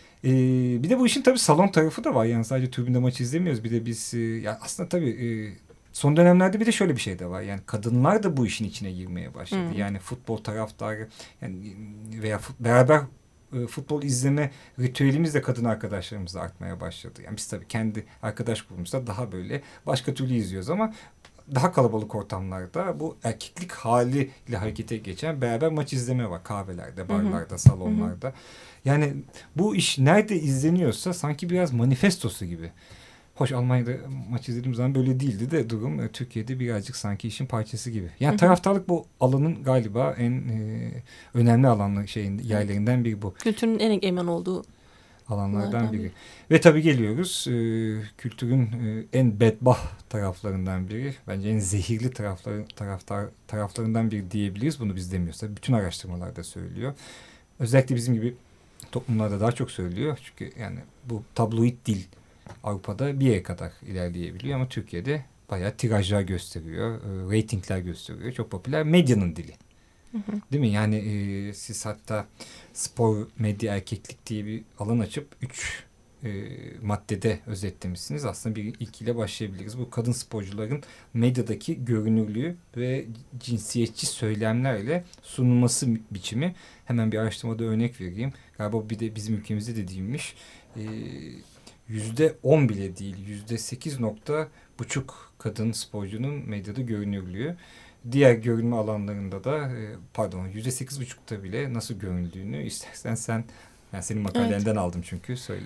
Speaker 3: Bir de bu işin tabii salon tarafı da var. Yani sadece tribünde maç izlemiyoruz. Bir de biz yani aslında tabii son dönemlerde bir de şöyle bir şey de var. Yani kadınlar da bu işin içine girmeye başladı. Yani futbol taraftarı, yani veya beraber futbol izleme ritüelimiz de kadın arkadaşlarımızla artmaya başladı. Yani biz tabii kendi arkadaş grubumuzda daha böyle başka türlü izliyoruz, ama daha kalabalık ortamlarda bu erkeklik haliyle harekete geçen beraber maç izleme var. Kahvelerde, barlarda, salonlarda. Yani bu iş nerede izleniyorsa sanki biraz manifestosu gibi. Hoş, Almanya'da maç izlediğim zaman böyle değildi de durum. Türkiye'de birazcık sanki işin parçası gibi. Yani taraftarlık bu alanın galiba en önemli alanlı yerlerinden biri bu.
Speaker 1: Kültürün en egemen olduğu
Speaker 3: alanlardan biri. Ve tabii geliyoruz kültürün en bedbaht taraflarından biri. Bence en zehirli taraflarından biri diyebiliriz. Bunu biz demiyoruz. Tabii bütün araştırmalar da söylüyor. Özellikle bizim gibi toplumlarda daha çok söylüyor. Çünkü yani bu tabloid dil Avrupa'da bir yere kadar ilerleyebiliyor, ama Türkiye'de bayağı tirajlar gösteriyor, reytingler gösteriyor. Çok popüler medyanın dili. Değil mi? Yani siz hatta spor, medya, erkeklik diye bir alan açıp 3 maddede özetlemişsiniz. Aslında bir ilkiyle başlayabiliriz. Bu kadın sporcuların medyadaki görünürlüğü ve cinsiyetçi söylemlerle sunulması biçimi. Hemen bir araştırmada örnek vereyim. Galiba bir de bizim ülkemizde de değilmiş. %10 bile değil, %8.5 kadın sporcunun medyada görünürlüğü. Diğer görünme alanlarında da %8,5'ta bile nasıl görüldüğünü istersen sen, yani senin makalenden aldım çünkü, söyle.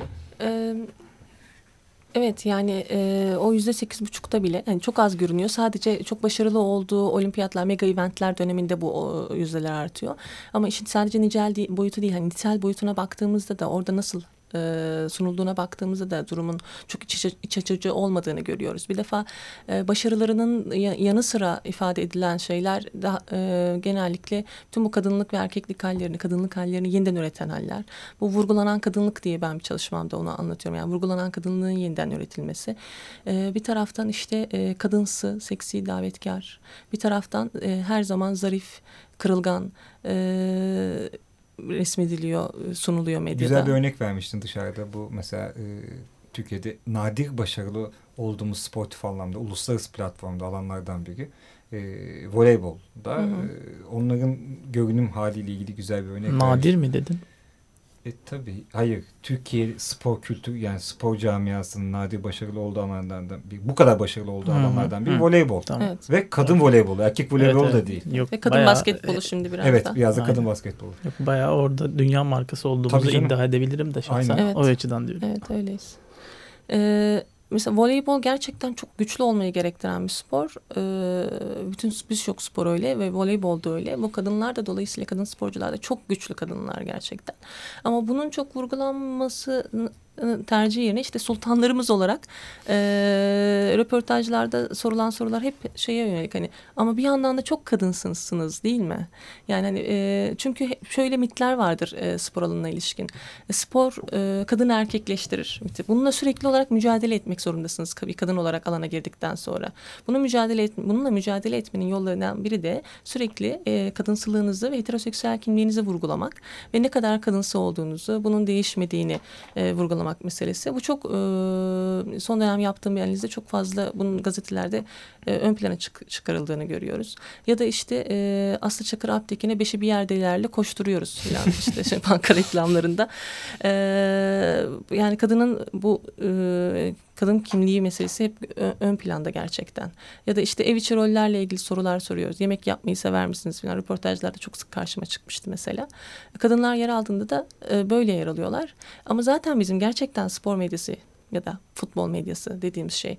Speaker 1: Evet, yani o %8,5'ta bile yani çok az görünüyor. Sadece çok başarılı olduğu olimpiyatlar, mega eventler döneminde bu yüzdeler artıyor. Ama işin sadece nicel boyutu değil, hani nitel boyutuna baktığımızda da orada nasıl sunulduğuna baktığımızda da durumun çok iç açıcı olmadığını görüyoruz. Bir defa başarılarının yanı sıra ifade edilen şeyler daha, genellikle tüm bu kadınlık ve erkeklik hallerini, kadınlık hallerini yeniden üreten haller. Bu vurgulanan kadınlık diye ben bir çalışmamda onu anlatıyorum. Yani vurgulanan kadınlığın yeniden üretilmesi. Bir taraftan işte kadınsı, seksi, davetkar. Bir taraftan her zaman zarif, kırılgan, resmediliyor, sunuluyor medyada.
Speaker 3: Güzel bir örnek vermiştin dışarıda. Bu mesela Türkiye'de nadir başarılı olduğumuz sportif anlamda, uluslararası platformda alanlardan biri. Voleybolda onların görünüm haliyle ilgili güzel bir örnek.
Speaker 4: Nadir mi dedin?
Speaker 3: Tabii. Hayır. Türkiye spor kültürü, yani spor camiasının nadir başarılı olduğu alanlardan biri. Bu kadar başarılı olduğu alanlardan biri voleybol.
Speaker 4: Tamam.
Speaker 1: Evet.
Speaker 3: Ve kadın voleybolu. Erkek voleybolu da değil.
Speaker 4: Yok,
Speaker 1: ve kadın basketbolu şimdi biraz
Speaker 3: evet,
Speaker 1: da.
Speaker 3: biraz da kadın
Speaker 4: Aynen.
Speaker 3: basketbolu.
Speaker 4: Yok, bayağı orada dünya markası olduğumuzu iddia edebilirim de şahsen.
Speaker 1: Evet.
Speaker 4: O açıdan diyorum.
Speaker 1: Evet, öyleyiz. Mesela voleybol gerçekten çok güçlü olmayı gerektiren bir spor. Birçok spor öyle ve voleybol da öyle. Bu kadınlar da, dolayısıyla kadın sporcular da çok güçlü kadınlar gerçekten. Ama bunun çok vurgulanması tercih yerine işte sultanlarımız olarak röportajlarda sorulan sorular hep şeye yönelik, hani ama bir yandan da çok kadınsınız değil mi? Yani hani çünkü şöyle mitler vardır spor alanına ilişkin. Spor kadını erkekleştirir miti. Bununla sürekli olarak mücadele etmek zorundasınız bir kadın olarak alana girdikten sonra. Bununla mücadele etmenin yollarından biri de sürekli kadınsılığınızı ve heteroseksüel kimliğinizi vurgulamak ve ne kadar kadınsı olduğunuzu, bunun değişmediğini vurgulamak meselesi. Bu çok son dönem yaptığım bir analizde çok fazla bunun gazetelerde ön plana çıkarıldığını görüyoruz. Ya da işte Aslı Çakır Alptekin'e beşi bir yerdelerle koşturuyoruz falan işte banka reklamlarında. Yani kadının bu kadın kimliği meselesi hep ön planda gerçekten. Ya da işte ev içi rollerle ilgili sorular soruyoruz. Yemek yapmayı sever misiniz falan. Röportajlarda çok sık karşıma çıkmıştı mesela. Kadınlar yer aldığında da böyle yer alıyorlar. Ama zaten bizim gerçekten spor medyası ya da futbol medyası dediğimiz şey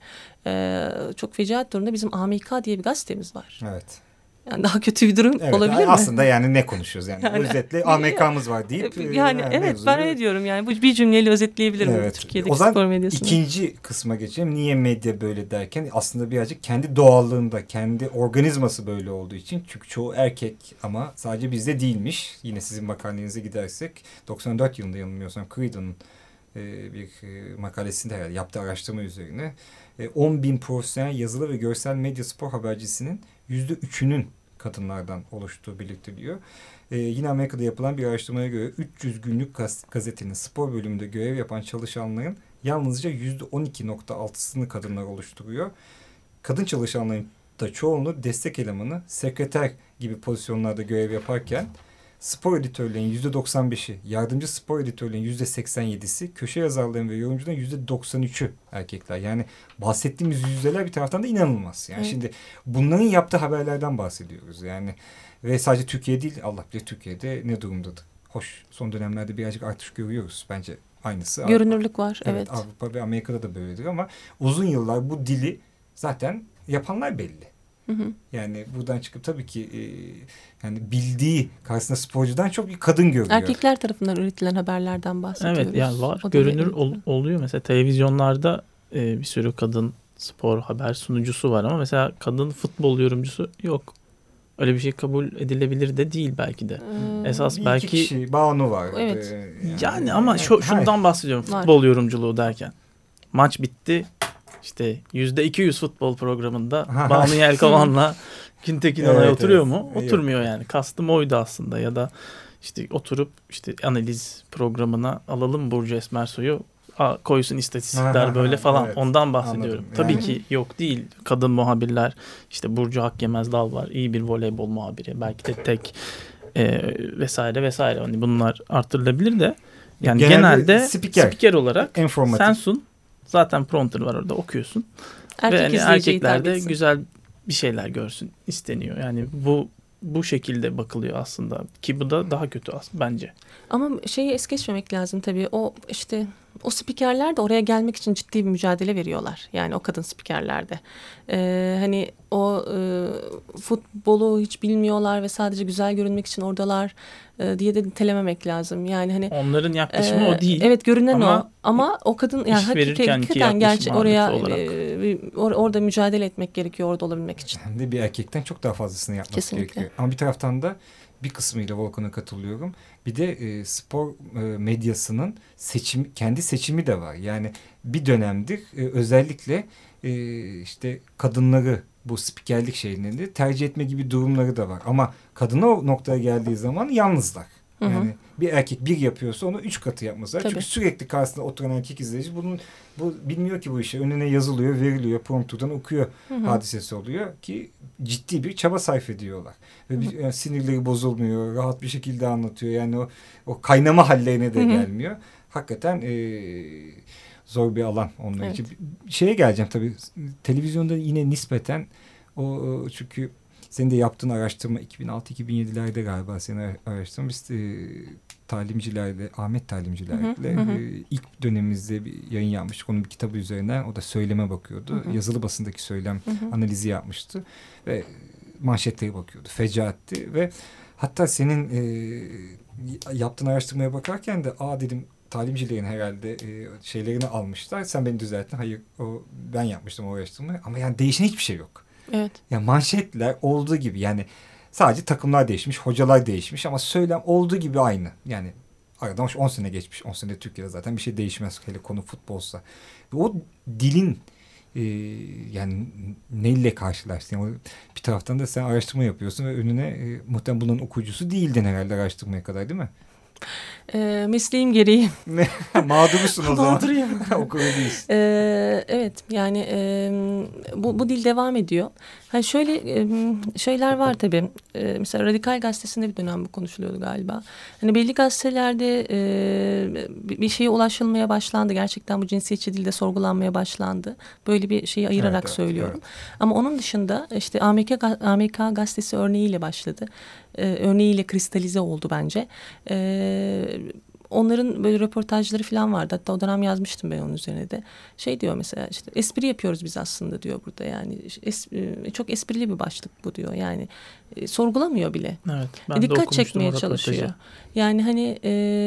Speaker 1: çok fecaat durumda. Bizim AMK diye bir gazetemiz var.
Speaker 3: Evet.
Speaker 1: Yani daha kötü bir durum olabilir mi?
Speaker 3: Aslında yani ne konuşuyoruz yani özetle AMK'mız var deyip.
Speaker 1: Yani evet, ben öyle diyorum yani bu bir cümleyle özetleyebilirim Türkiye'deki spor medyasını.
Speaker 3: İkinci kısma geçelim. Niye medya böyle derken aslında birazcık kendi doğallığında, kendi organizması böyle olduğu için. Çünkü çoğu erkek ama sadece bizde değilmiş. Yine sizin makalenize gidersek 94 yılında yanılmıyorsam Creedon'un bir makalesinde herhalde yaptığı araştırma üzerine 10.000 profesyonel yazılı ve görsel medya spor habercisinin %3'ünün kadınlardan oluştuğu belirtiliyor. Yine Amerika'da yapılan bir araştırmaya göre 300 günlük gazetenin spor bölümünde görev yapan çalışanların yalnızca %12.6'sını kadınlar oluşturuyor. Kadın çalışanların da çoğunluğu destek elemanı, sekreter gibi pozisyonlarda görev yaparken spor editörlerin %95'i, yardımcı spor editörlerin %87'si, köşe yazarların ve yorumcuların %93'ü erkekler. Yani bahsettiğimiz yüzdeler bir taraftan da inanılmaz. Yani şimdi bunların yaptığı haberlerden bahsediyoruz. Yani ve sadece Türkiye değil, Allah bilir Türkiye'de ne durumdadır. Hoş, son dönemlerde birazcık artış görüyoruz bence. Aynısı.
Speaker 1: Görünürlük var. Evet.
Speaker 3: Avrupa ve Amerika'da da böyledir ama uzun yıllar bu dili zaten yapanlar belli. Yani buradan çıkıp tabii ki yani bildiği karşısında sporcudan çok bir kadın görüyor.
Speaker 1: Erkekler tarafından üretilen haberlerden bahsediyoruz.
Speaker 4: Evet, yani var. Görünür oluyor. Mesela televizyonlarda bir sürü kadın spor haber sunucusu var ama mesela kadın futbol yorumcusu yok. Öyle bir şey kabul edilebilir de değil belki de. Esas belki
Speaker 3: iki kişi, Banu var.
Speaker 1: Evet.
Speaker 4: Yani ama şundan bahsediyorum futbol yorumculuğu derken. Maç bitti. İşte %200 futbol programında Banu Yelkovan'la Güntekin Onay oturuyor mu? Oturmuyor yani. Kastım oydu aslında. Ya da işte oturup işte analiz programına alalım Burcu Esmersoy'u, koysun istatistikler böyle falan. Evet, ondan bahsediyorum. Yani. Tabii ki yok değil. Kadın muhabirler, işte Burcu Hakyemez Dal var. İyi bir voleybol muhabiri. Belki de tek vesaire vesaire. Hani bunlar artırılabilir de yani genelde spiker olarak sen sun. Zaten prompter var orada, okuyorsun. Ve hani erkeklerde güzel bir şeyler görsün isteniyor. Yani bu şekilde bakılıyor aslında ki bu da daha kötü bence.
Speaker 1: Ama şeyi es geçmemek lazım tabii. O işte o spikerler de oraya gelmek için ciddi bir mücadele veriyorlar. Yani o kadın spikerler de. Hani o futbolu hiç bilmiyorlar ve sadece güzel görünmek için oradalar diye de nitelememek lazım. Yani hani
Speaker 4: onların yaklaşımı o değil.
Speaker 1: Evet, görünen o. Ama o kadın yani
Speaker 4: hakikaten
Speaker 1: gerçi oraya orada mücadele etmek gerekiyor orada olabilmek için.
Speaker 3: Hem de bir erkekten çok daha fazlasını yapması
Speaker 1: Kesinlikle
Speaker 3: gerekiyor. Ama bir taraftan da bir kısmıyla Volkan'a katılıyorum. Bir de spor medyasının kendi seçimi de var. Yani bir dönemdir özellikle işte kadınları bu spikerlik şeylerini tercih etme gibi durumları da var. Ama kadın o noktaya geldiği zaman yalnızlar. Yani bir erkek bir yapıyorsa onu 3 katı yapması lazım. Çünkü sürekli karşısında oturan erkek izleyici bu bilmiyor ki bu işi. Önüne yazılıyor, veriliyor, prompterdan okuyor hadisesi oluyor ki ciddi bir çaba sarf ediyorlar. Ve yani sinirleri bozulmuyor, rahat bir şekilde anlatıyor. Yani o kaynama hallerine de gelmiyor. Hakikaten zor bir alan onlar için. Şeye geleceğim tabii. Televizyonda yine nispeten çünkü senin de yaptığın araştırma 2006-2007'lerde galiba senin araştırma. Biz talimcilerle, Ahmet talimcilerle ilk dönemimizde bir yayın yapmıştık. Onun bir kitabı üzerinden o da söyleme bakıyordu. Yazılı basındaki söylem analizi yapmıştı. Ve manşetleri bakıyordu. Fecaatti ve hatta senin yaptığın araştırmaya bakarken de dedim talimcilerin herhalde şeylerini almışlar. Sen beni düzelttin. Hayır ben yapmıştım o araştırmayı. Ama yani değişen hiçbir şey yok.
Speaker 1: Evet.
Speaker 3: Yani manşetler olduğu gibi yani sadece takımlar değişmiş, hocalar değişmiş ama söylem olduğu gibi aynı. Yani aradan 10 sene geçmiş. 10 sene Türkiye'de zaten bir şey değişmez. Hele konu futbolsa. O dilin yani neyle karşılaştın? Yani bir taraftan da sen araştırma yapıyorsun ve önüne muhtemelen bunun okuyucusu değildin herhalde araştırmaya kadar değil mi?
Speaker 1: Mesleğim gereği.
Speaker 3: Mağdurusun o zaman.
Speaker 1: Mağduruyum.
Speaker 3: Okulu değilsin.
Speaker 1: Evet yani bu dil devam ediyor. Hani şöyle şeyler var tabii. Mesela Radikal Gazetesi'nde bir dönem bu konuşuluyordu galiba. Hani belli gazetelerde bir şeye ulaşılmaya başlandı. Gerçekten bu cinsiyetçi dilde sorgulanmaya başlandı. Böyle bir şeyi ayırarak söylüyorum. Evet. Ama onun dışında işte AMK Gazetesi örneğiyle başladı. Örneğiyle kristalize oldu bence. Onların böyle röportajları falan vardı. Hatta o dönem yazmıştım ben onun üzerine de. Şey diyor mesela işte espri yapıyoruz biz aslında diyor burada yani. Çok esprili bir başlık bu diyor. Yani sorgulamıyor bile.
Speaker 4: Evet,
Speaker 1: dikkat çekmeye çalışıyor. Yani hani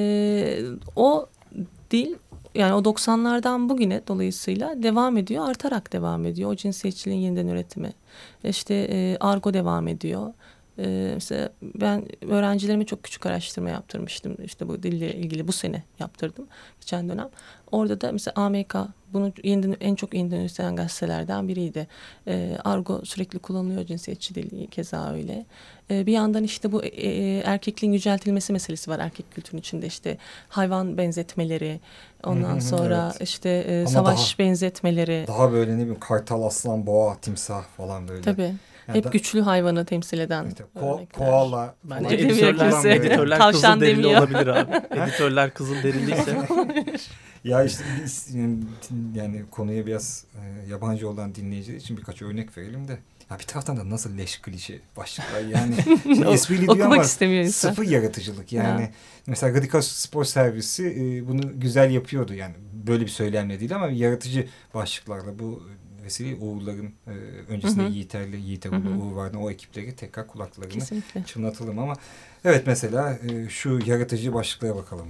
Speaker 1: o dil yani o 90'lardan bugüne dolayısıyla devam ediyor. Artarak devam ediyor. O cinsiyetçiliğin yeniden üretimi. İşte argo devam ediyor. Mesela ben öğrencilerime çok küçük araştırma yaptırmıştım. İşte bu dille ilgili bu sene yaptırdım. Geçen dönem. Orada da mesela AMK bunu en çok yeniden üreten gazetelerden biriydi. Argo sürekli kullanılıyor, cinsiyetçi dil keza öyle. Bir yandan işte bu erkekliğin yüceltilmesi meselesi var erkek kültürünün içinde. İşte hayvan benzetmeleri, ondan sonra işte savaş benzetmeleri.
Speaker 3: Daha böyle ne bileyim kartal, aslan, boğa, timsah falan böyle.
Speaker 1: Tabii. Yani hep güçlü hayvanı temsil eden
Speaker 3: koala.
Speaker 4: Bence editörler kızıl derili olabilir abi. Editörler kızıl deriliyse.
Speaker 3: Ya işte yani konuya biraz yabancı olan dinleyiciler için birkaç örnek verelim de. Ya bir taraftan da nasıl leş klişe başlıklar yani. Esprili diyor ama sıfır yaratıcılık yani. Ya. Mesela Radikal Spor Servisi bunu güzel yapıyordu yani. Böyle bir söylemle değil ama yaratıcı başlıklarla bu vesileyle Uğurların öncesinde Yiğit Erol'u, Uğur vardı. O ekipleri tekrar kulaklarını çınlatalım ama evet mesela şu yaratıcı başlıklara bakalım.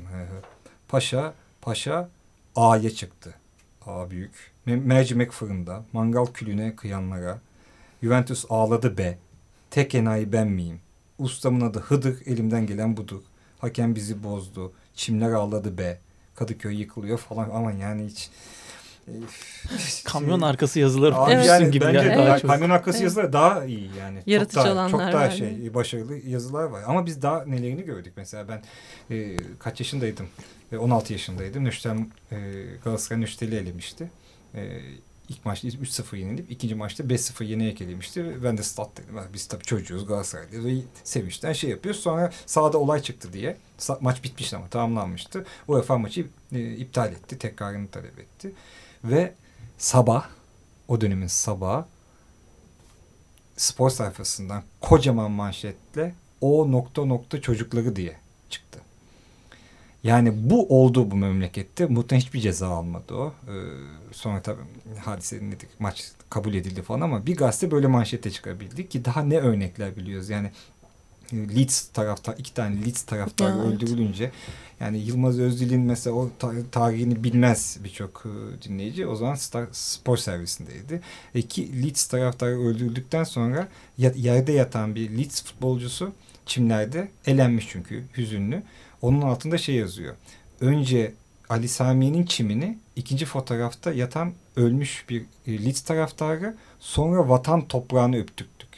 Speaker 3: Paşa A'ya çıktı. A büyük. Mercimek fırında. Mangal külüne kıyanlara. Juventus ağladı be. Tek enayi ben miyim? Ustamın adı Hıdır. Elimden gelen budur. Hakem bizi bozdu. Çimler ağladı be. Kadıköy yıkılıyor falan. Aman yani hiç...
Speaker 4: Kamyon arkası yazıları
Speaker 3: yani
Speaker 4: gibi
Speaker 3: bence
Speaker 4: daha
Speaker 3: kamyon arkası yazıları daha iyi yani.
Speaker 1: Yaratıcı olanlar
Speaker 3: çok daha
Speaker 1: yani.
Speaker 3: Başarılı yazılar var. Ama biz daha nelerini gördük mesela ben kaç yaşındaydım? 16 yaşındaydım. Nüştem Galatasaray Nüştel'i elemişti. İlk maçta 3-0 yenilip ikinci maçta 5-0 yenerek elemişti. Ben de stattaydım. Biz tabii çocuğuz Galatasaray'da ve sevinçten şey yapıyoruz. Sonra sahada olay çıktı diye. Maç bitmişti ama tamamlanmıştı. UEFA maçı iptal etti. Tekrarını talep etti. Ve o dönemin sabahı spor sayfasından kocaman manşetle o nokta çocukları diye çıktı. Yani bu oldu bu memlekette. Muhtemelen hiçbir ceza almadı o. Sonra tabii hadisenin maç kabul edildi falan ama bir gazete böyle manşette çıkabildi ki daha ne örnekler biliyoruz. Yani Leeds taraftar, 2 tane Leeds taraftarı öldürülünce yani Yılmaz Özdil'in mesela o tarihini bilmez birçok dinleyici. O zaman spor servisindeydi. 2 Leeds taraftarı öldürüldükten sonra yerde yatan bir Leeds futbolcusu çimlerde elenmiş çünkü hüzünlü. Onun altında şey yazıyor. Önce Ali Sami'nin çimini, ikinci fotoğrafta yatan ölmüş bir Leeds taraftarı, sonra vatan toprağını öptüktük.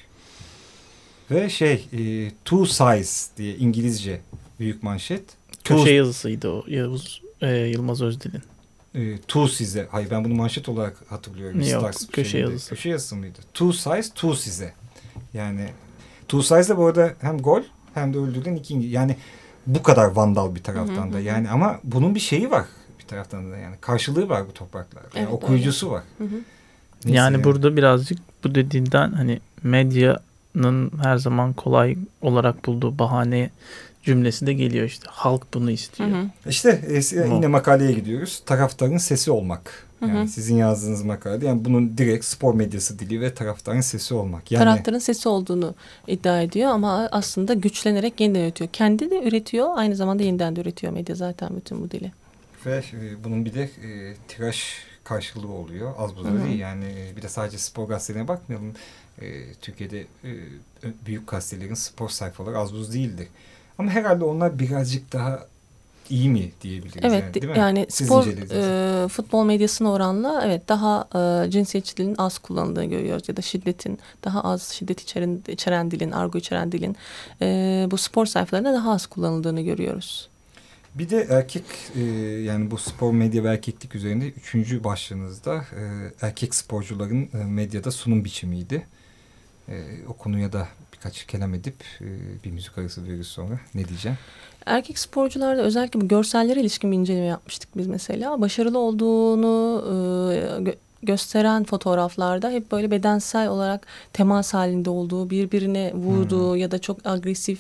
Speaker 3: Ve two size diye İngilizce büyük manşet.
Speaker 4: Köşe yazısıydı o Yılmaz Özdil'in.
Speaker 3: To size. Hayır, ben bunu manşet olarak hatırlıyorum.
Speaker 4: Yok, köşe yazısı.
Speaker 3: Köşe yazısı mıydı? To size, to size. Yani to size de bu arada hem gol hem de öldürülen 2 İngiliz. Yani bu kadar vandal bir taraftan da. Yani ama bunun bir şeyi var bir taraftan da, yani karşılığı var bu topraklarda. Yani
Speaker 1: evet,
Speaker 3: okuyucusu var.
Speaker 4: Yani, yani burada birazcık bu dediğinden hani medyanın her zaman kolay olarak bulduğu bahane cümlesi de geliyor işte. Halk bunu istiyor.
Speaker 3: İşte yine makaleye gidiyoruz. Taraftarın sesi olmak. Yani sizin yazdığınız makalede, yani bunun direkt spor medyası dili ve taraftarın sesi olmak. Yani
Speaker 1: taraftarın sesi olduğunu iddia ediyor ama aslında güçlenerek yeniden üretiyor. Kendi de üretiyor, aynı zamanda yeniden de üretiyor medya zaten bütün bu dili.
Speaker 3: Ve bunun bir de tiraj karşılığı oluyor. Az buz değil. Yani bir de sadece spor gazetelerine bakmayalım. Türkiye'de büyük gazetelerin spor sayfaları az buz değildir. Ama herhalde onlar birazcık daha iyi mi diyebiliriz?
Speaker 1: Evet,
Speaker 3: yani, değil mi?
Speaker 1: Yani spor futbol medyasına oranla evet daha cinsiyetçiliğin az kullanıldığını görüyoruz ya da şiddetin daha az şiddet içeren dilin, argo içeren dilin bu spor sayfalarında daha az kullanıldığını görüyoruz.
Speaker 3: Bir de erkek yani bu spor medya ve erkeklik üzerinde 3. başlığınızda erkek sporcuların medyada sunum biçimiydi. O konuya da birkaç kelam edip bir müzik arası veririz sonra. Ne diyeceğim?
Speaker 1: Erkek sporcularda özellikle bu görsellere ilişkin bir inceleme yapmıştık biz mesela. Başarılı olduğunu gösteren fotoğraflarda hep böyle bedensel olarak temas halinde olduğu, birbirine vurduğu ya da çok agresif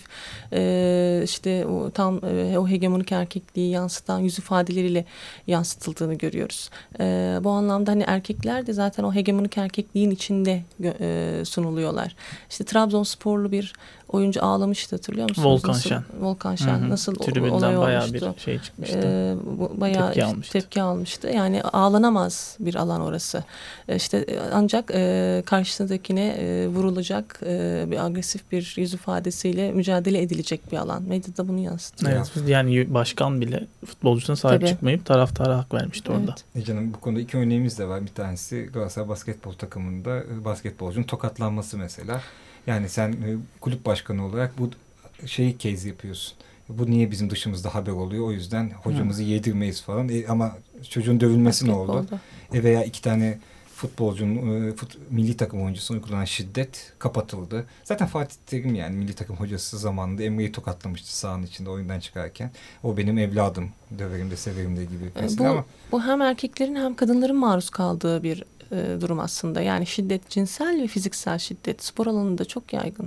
Speaker 1: işte o hegemonik erkekliği yansıtan yüz ifadeleriyle yansıtıldığını görüyoruz. Bu anlamda hani erkekler de zaten o hegemonik erkekliğin içinde sunuluyorlar. İşte Trabzonsporlu bir oyuncu ağlamıştı, hatırlıyor musunuz? Volkan Şen. Nasıl olay olmuştu?
Speaker 4: Bayağı bir şey çıkmıştı.
Speaker 1: Bayağı tepki almıştı. Yani ağlanamaz bir alan orası. İşte ancak karşısındakine vurulacak bir agresif bir yüz ifadesiyle mücadele edilecek bir alan. Medyada bunu yansıtıyor.
Speaker 4: Evet, yani başkan bile futbolcusuna sahip çıkmayıp taraftara hak vermişti orada.
Speaker 3: Canım, bu konuda 2 örneğimiz de var. Bir tanesi Galatasaray basketbol takımında basketbolcunun tokatlanması mesela. Yani sen kulüp başkanı olarak bu şeyi case yapıyorsun. Bu niye bizim dışımızda haber oluyor? O yüzden hocamızı yedirmeyiz falan. Ama çocuğun dövülmesi ne oldu? Veya 2 tane futbolcunun milli takım oyuncusuna uygulanan şiddet kapatıldı. Zaten Fatih Terim yani milli takım hocası zamanında Emre'yi tokatlamıştı sahanın içinde oyundan çıkarken. O benim evladım, döverim de severim de gibi. Mesela
Speaker 1: bu hem erkeklerin hem kadınların maruz kaldığı bir durum aslında. Yani şiddet, cinsel ve fiziksel şiddet spor alanında çok yaygın.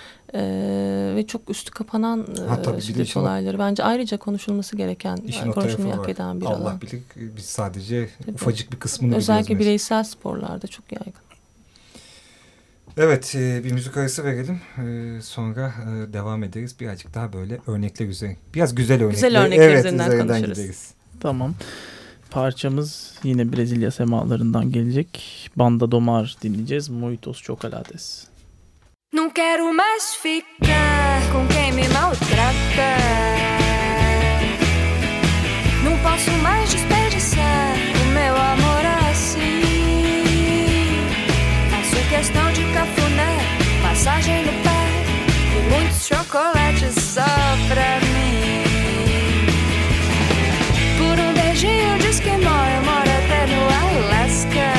Speaker 1: Ve çok üstü kapanan şiddet olayları. Bence ayrıca konuşulması gereken, konuşulmayı hak eden bir alan.
Speaker 3: Allah bilir, biz sadece ufacık bir kısmını biliyoruz.
Speaker 1: Özellikle bireysel sporlarda çok yaygın.
Speaker 3: Evet, bir müzik arası verelim. Sonra devam ederiz. Birazcık daha böyle örnekler üzerine. Biraz güzel örnekler.
Speaker 1: Güzel örnekler üzerinden konuşuruz.
Speaker 3: Gideriz.
Speaker 4: Tamam. Parçamız yine Brezilya semalarından gelecek. Banda Domar dinleyeceğiz. Muitos Chocolates.
Speaker 6: Não quero mais ficar com quem me maltrata. Não posso mais desperdiçar o meu amor assim. Faço questão de cafuné, massagem no pé e muitos chocolates só pra mim. Por beijinho de esquimó eu moro até no Alasca.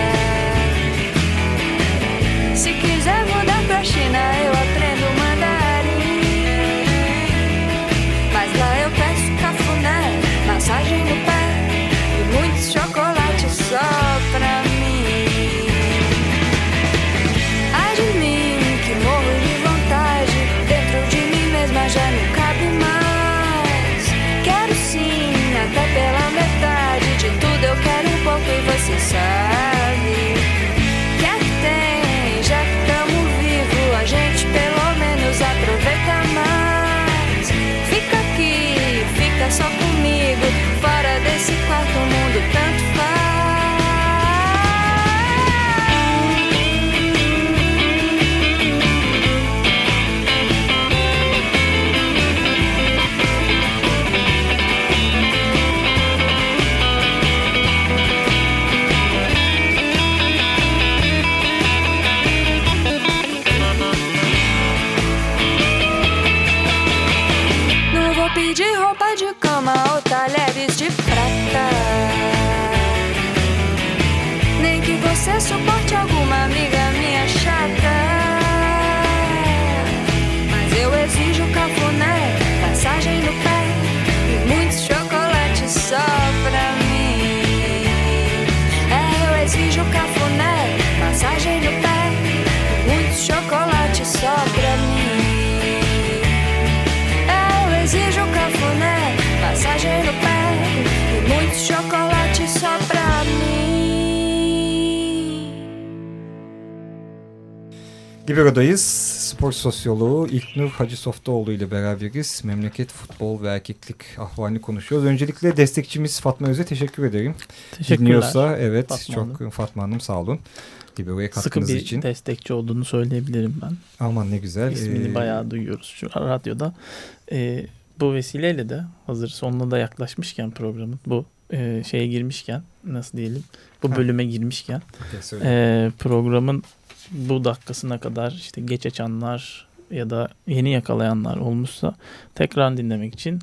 Speaker 6: Se quiser mudar pra China eu aprendo mandarim. Mas lá eu peço cafuné, massagem no pé e muitos chocolates só pra mim. Ai de mim espuma ou talheres de prata. Nem que você suporte alguma amiga minha chata. Mas eu exijo cafuné, passagem no pé e muitos chocolates só pra mim. Eu exijo cafuné, passagem no pé e muitos chocolates só pra mim. Eu exijo cafuné, passagem no pé e muitos chocolates só pra mim.
Speaker 3: Libero'dayız. Spor sosyoloğu İlknur Hacı Softaoğlu ile beraberiz. Memleket, futbol ve erkeklik ahvalini konuşuyoruz. Öncelikle destekçimiz Fatma Öz'e teşekkür ederim.
Speaker 4: Teşekkürler.
Speaker 3: Dinliyorsa evet,
Speaker 4: Fatma
Speaker 3: çok
Speaker 4: Hanım.
Speaker 3: Fatma Hanım sağ olun. Libero'ya
Speaker 4: Sıkı
Speaker 3: katkınız
Speaker 4: bir
Speaker 3: için.
Speaker 4: destekçi olduğunu söyleyebilirim ben.
Speaker 3: Aman ne güzel.
Speaker 4: İsmini bayağı duyuyoruz şu radyoda. Bu vesileyle de hazır sonuna da yaklaşmışken programın bu şeye girmişken nasıl diyelim bu bölüme girmişken programın bu dakikasına kadar işte geç açanlar ya da yeni yakalayanlar olmuşsa tekrar dinlemek için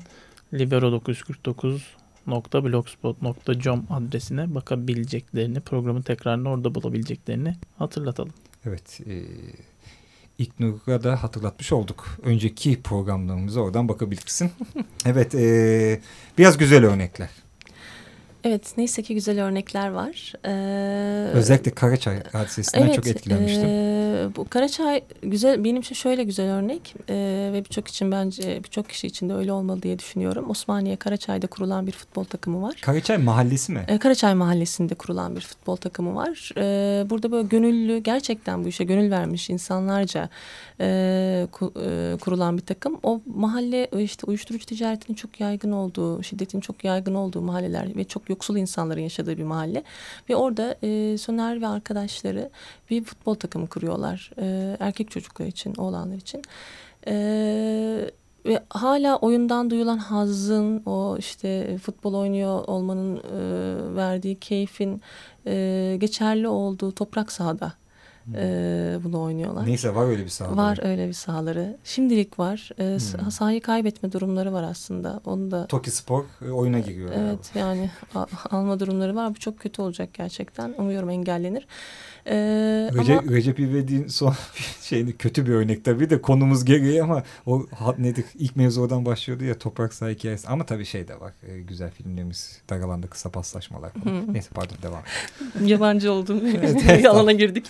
Speaker 4: libero949.blogspot.com adresine bakabileceklerini, programın tekrarını orada bulabileceklerini hatırlatalım.
Speaker 3: Evet. İlknur'a da hatırlatmış olduk. Önceki programlarımıza oradan bakabilirsin. Evet. Biraz güzel örnekler.
Speaker 1: Evet, neyse ki güzel örnekler var.
Speaker 3: Özellikle Karaçay hadisesinden
Speaker 1: evet,
Speaker 3: çok etkilenmiştim.
Speaker 1: Bu Karaçay güzel, benim için şöyle güzel örnek ve birçok için bence birçok kişi için de öyle olmalı diye düşünüyorum. Osmaniye Karaçay'da kurulan bir futbol takımı var.
Speaker 3: Karaçay mahallesi mi?
Speaker 1: Karaçay mahallesinde kurulan bir futbol takımı var. Burada böyle gönüllü, gerçekten bu işe gönül vermiş insanlarca kurulan bir takım. O mahalle işte uyuşturucu ticaretinin çok yaygın olduğu, şiddetin çok yaygın olduğu mahalleler ve çok yoksul insanların yaşadığı bir mahalle. Ve orada Soner ve arkadaşları bir futbol takımı kuruyorlar. Erkek çocuklar için, oğlanlar için. Ve hala oyundan duyulan hazzın, o işte futbol oynuyor olmanın verdiği keyfin geçerli olduğu toprak sahada bunu oynuyorlar.
Speaker 3: Neyse var öyle bir sahaları.
Speaker 1: Var öyle bir sahaları. Şimdilik var. Sahayı kaybetme durumları var aslında. Onu da
Speaker 3: Toki Spor oyuna giriyor.
Speaker 1: Evet yani alma durumları var. Bu çok kötü olacak gerçekten. Umuyorum engellenir.
Speaker 3: Recep İvedik'in son şeyini kötü bir örnek tabii de konumuz gereği ama o nedir? İlk mevzu oradan başlıyordu ya, toprak saha hikayesi. Ama tabii şey de var. Güzel filmlerimiz. Dar alanda kısa paslaşmalar. Neyse pardon, devam.
Speaker 1: Yabancı olduğum bir alana girdik.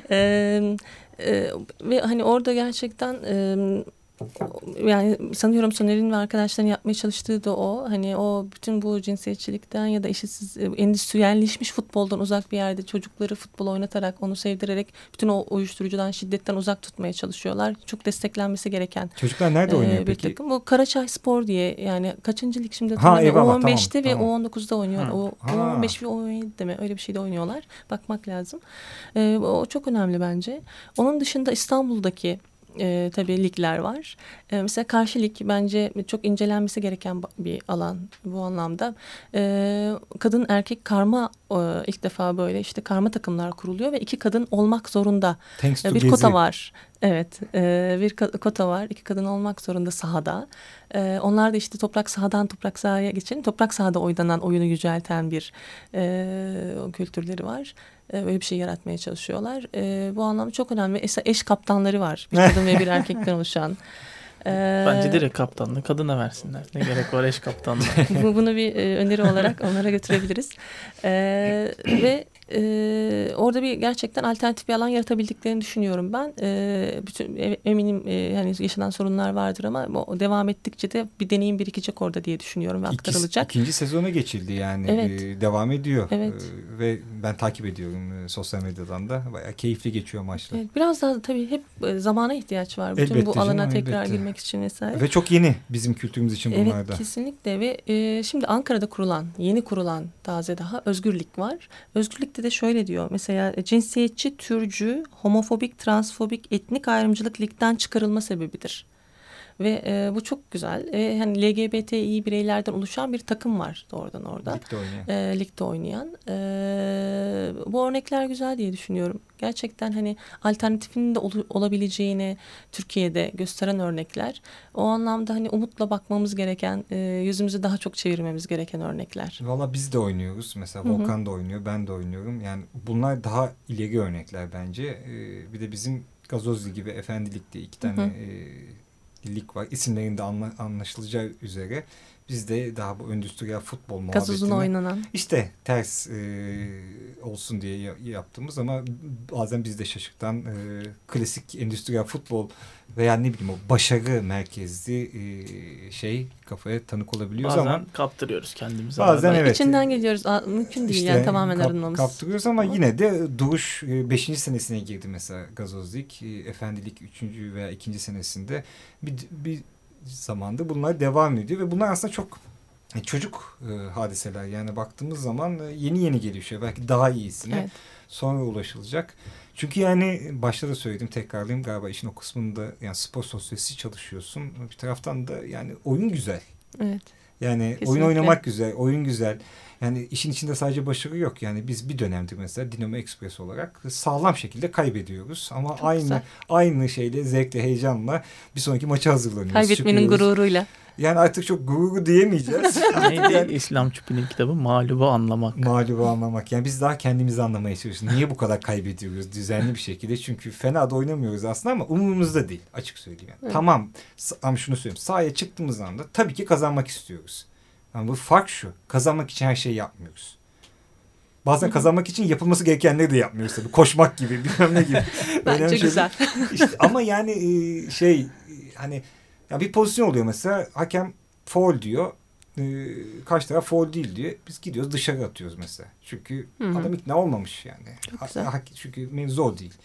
Speaker 1: Ve hani orada gerçekten yani sanıyorum Soner'in ve arkadaşlarının yapmaya çalıştığı da o. Hani o bütün bu cinsiyetçilikten ya da eşitsiz, endüstriyelleşmiş futboldan uzak bir yerde çocukları futbol oynatarak, onu sevdirerek bütün o uyuşturucudan, şiddetten uzak tutmaya çalışıyorlar. Çok desteklenmesi gereken.
Speaker 3: Çocuklar nerede oynuyor
Speaker 1: bir
Speaker 3: peki?
Speaker 1: takım. Bu Karaçay Spor diye, yani kaçıncı lig şimdi? O15'te tamam, ve O19'da oynuyorlar. O15 ve O17'de mi? Öyle bir şeyde oynuyorlar. Bakmak lazım. O çok önemli bence. Onun dışında İstanbul'daki tabii ligler var. Mesela karşı lig bence çok incelenmesi gereken bir alan bu anlamda. Kadın erkek karma ilk defa böyle işte karma takımlar kuruluyor ve 2 kadın olmak zorunda. Bir kota var. Evet, bir kota var. 2 kadın olmak zorunda sahada. Onlar da işte toprak sahadan toprak sahaya geçen, toprak sahada oynanan oyunu yücelten bir kültürleri var. Böyle bir şey yaratmaya çalışıyorlar. Bu anlamda çok önemli. Eş kaptanları var. Bir kadın ve bir erkekten oluşan.
Speaker 4: Bence direkt kaptanlığı kadına versinler. Ne gerek var eş kaptanlığı?
Speaker 1: Bunu bir öneri olarak onlara götürebiliriz. Ve orada bir gerçekten alternatif bir alan yaratabildiklerini düşünüyorum ben. Eminim yani yaşanan sorunlar vardır ama o devam ettikçe de bir deneyim birikecek orada diye düşünüyorum ve aktarılacak.
Speaker 3: İkinci sezona geçildi yani.
Speaker 1: Evet.
Speaker 3: Devam ediyor.
Speaker 1: Evet.
Speaker 3: Ve ben takip ediyorum sosyal medyadan da. Bayağı keyifli geçiyor maçlar.
Speaker 1: Evet, biraz daha tabii hep zamana ihtiyaç var. Bütün
Speaker 3: elbette
Speaker 1: bu alana
Speaker 3: canım,
Speaker 1: tekrar
Speaker 3: elbette
Speaker 1: girmek için vesaire.
Speaker 3: Ve çok yeni bizim kültürümüz için bunlar da.
Speaker 1: Evet, kesinlikle ve şimdi Ankara'da yeni kurulan taze daha Özgürlük var. Özgürlük'te de şöyle diyor. Mesela cinsiyetçi, türcü, homofobik, transfobik, etnik ayrımcılık ligden çıkarılma sebebidir. Ve bu çok güzel. Hani LGBTİ bireylerden oluşan bir takım var doğrudan orada. Ligde oynayan. Bu örnekler güzel diye düşünüyorum. Gerçekten hani alternatifinin de olabileceğini Türkiye'de gösteren örnekler. O anlamda hani umutla bakmamız gereken, yüzümüzü daha çok çevirmemiz gereken örnekler.
Speaker 3: Valla biz de oynuyoruz. Mesela Volkan da oynuyor, ben de oynuyorum. Yani bunlar daha ileri örnekler bence. Bir de bizim Gazoz Ligi ve Efendi Lig'de 2 tane lig var. İsimlerinde anlaşılacağı üzere biz de daha bu endüstriyel futbol muhabbetini
Speaker 1: Gazozun oynanan.
Speaker 3: İşte ters olsun diye yaptığımız ama bazen biz de şaşırtan klasik endüstriyel futbol veya ne bileyim o başarı merkezli kafaya tanık olabiliyoruz
Speaker 4: bazen
Speaker 3: ama
Speaker 4: kaptırıyoruz kendimizi.
Speaker 3: Bazen evet.
Speaker 1: İçinden geliyoruz. Mümkün değil yani tamamen arınmamız.
Speaker 3: Kaptırıyoruz ama yine de Duruş 5. senesine girdi mesela Gazoz Lig. Efendilik 3. veya 2. senesinde bir zamanda bunlar devam ediyor ve bunlar aslında çok çocuk hadiseler. Yani baktığımız zaman yeni gelişiyor. Belki daha iyisine sonra ulaşılacak. Çünkü yani başta da söyledim, tekrarlayayım galiba işin o kısmında, yani spor sosyolojisi çalışıyorsun. Bir taraftan da yani oyun güzel.
Speaker 1: Evet.
Speaker 3: Yani kesinlikle. Oyun oynamak güzel, oyun güzel. Yani işin içinde sadece başarı yok. Yani biz bir dönemde mesela Dinamo Express olarak sağlam şekilde kaybediyoruz. Ama aynı şeyle, zevkle, heyecanla bir sonraki maça hazırlanıyoruz.
Speaker 1: Kaybetmenin gururuyla.
Speaker 3: Yani artık çok gururu diyemeyeceğiz.
Speaker 4: Neydi İslam Çupi'nin kitabı? Mağlubu anlamak.
Speaker 3: Mağlubu anlamak. Yani biz daha kendimizi anlamaya çalışıyoruz. Niye bu kadar kaybediyoruz düzenli bir şekilde? Çünkü fena da oynamıyoruz aslında ama umurumuzda değil. Açık söyleyeyim. Yani. Evet. Tamam ama şunu söyleyeyim. Sahaya çıktığımız anda tabii ki kazanmak istiyoruz. Ama bu fark şu. Kazanmak için her şeyi yapmıyoruz. Bazen kazanmak için yapılması gerekenleri de yapmıyoruz tabii. Koşmak gibi, bilmem ne gibi.
Speaker 1: Bence güzel.
Speaker 3: İşte, ama yani hani ya bir pozisyon oluyor mesela, hakem faul diyor. Karşı taraf faul değil diyor. Biz gidiyoruz dışarı atıyoruz mesela. Çünkü adam ikna olmamış yani. Çünkü mevzu o değil.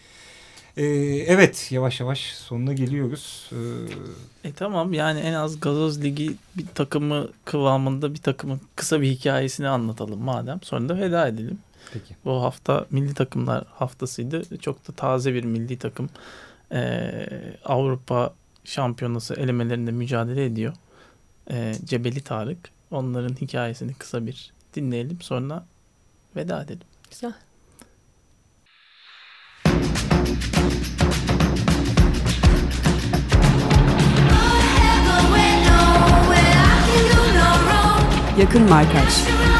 Speaker 3: Evet, yavaş yavaş sonuna geliyoruz.
Speaker 4: Tamam, yani en az Gazoz Ligi bir takımı kıvamında bir takımın kısa bir hikayesini anlatalım madem. Sonra da veda edelim.
Speaker 3: Peki.
Speaker 4: Bu hafta milli takımlar haftasıydı. Çok da taze bir milli takım Avrupa Şampiyonası elemelerinde mücadele ediyor. Cebeli Tarık. Onların hikayesini kısa bir dinleyelim, sonra veda edelim.
Speaker 1: Güzel.
Speaker 5: Yakın Markaj.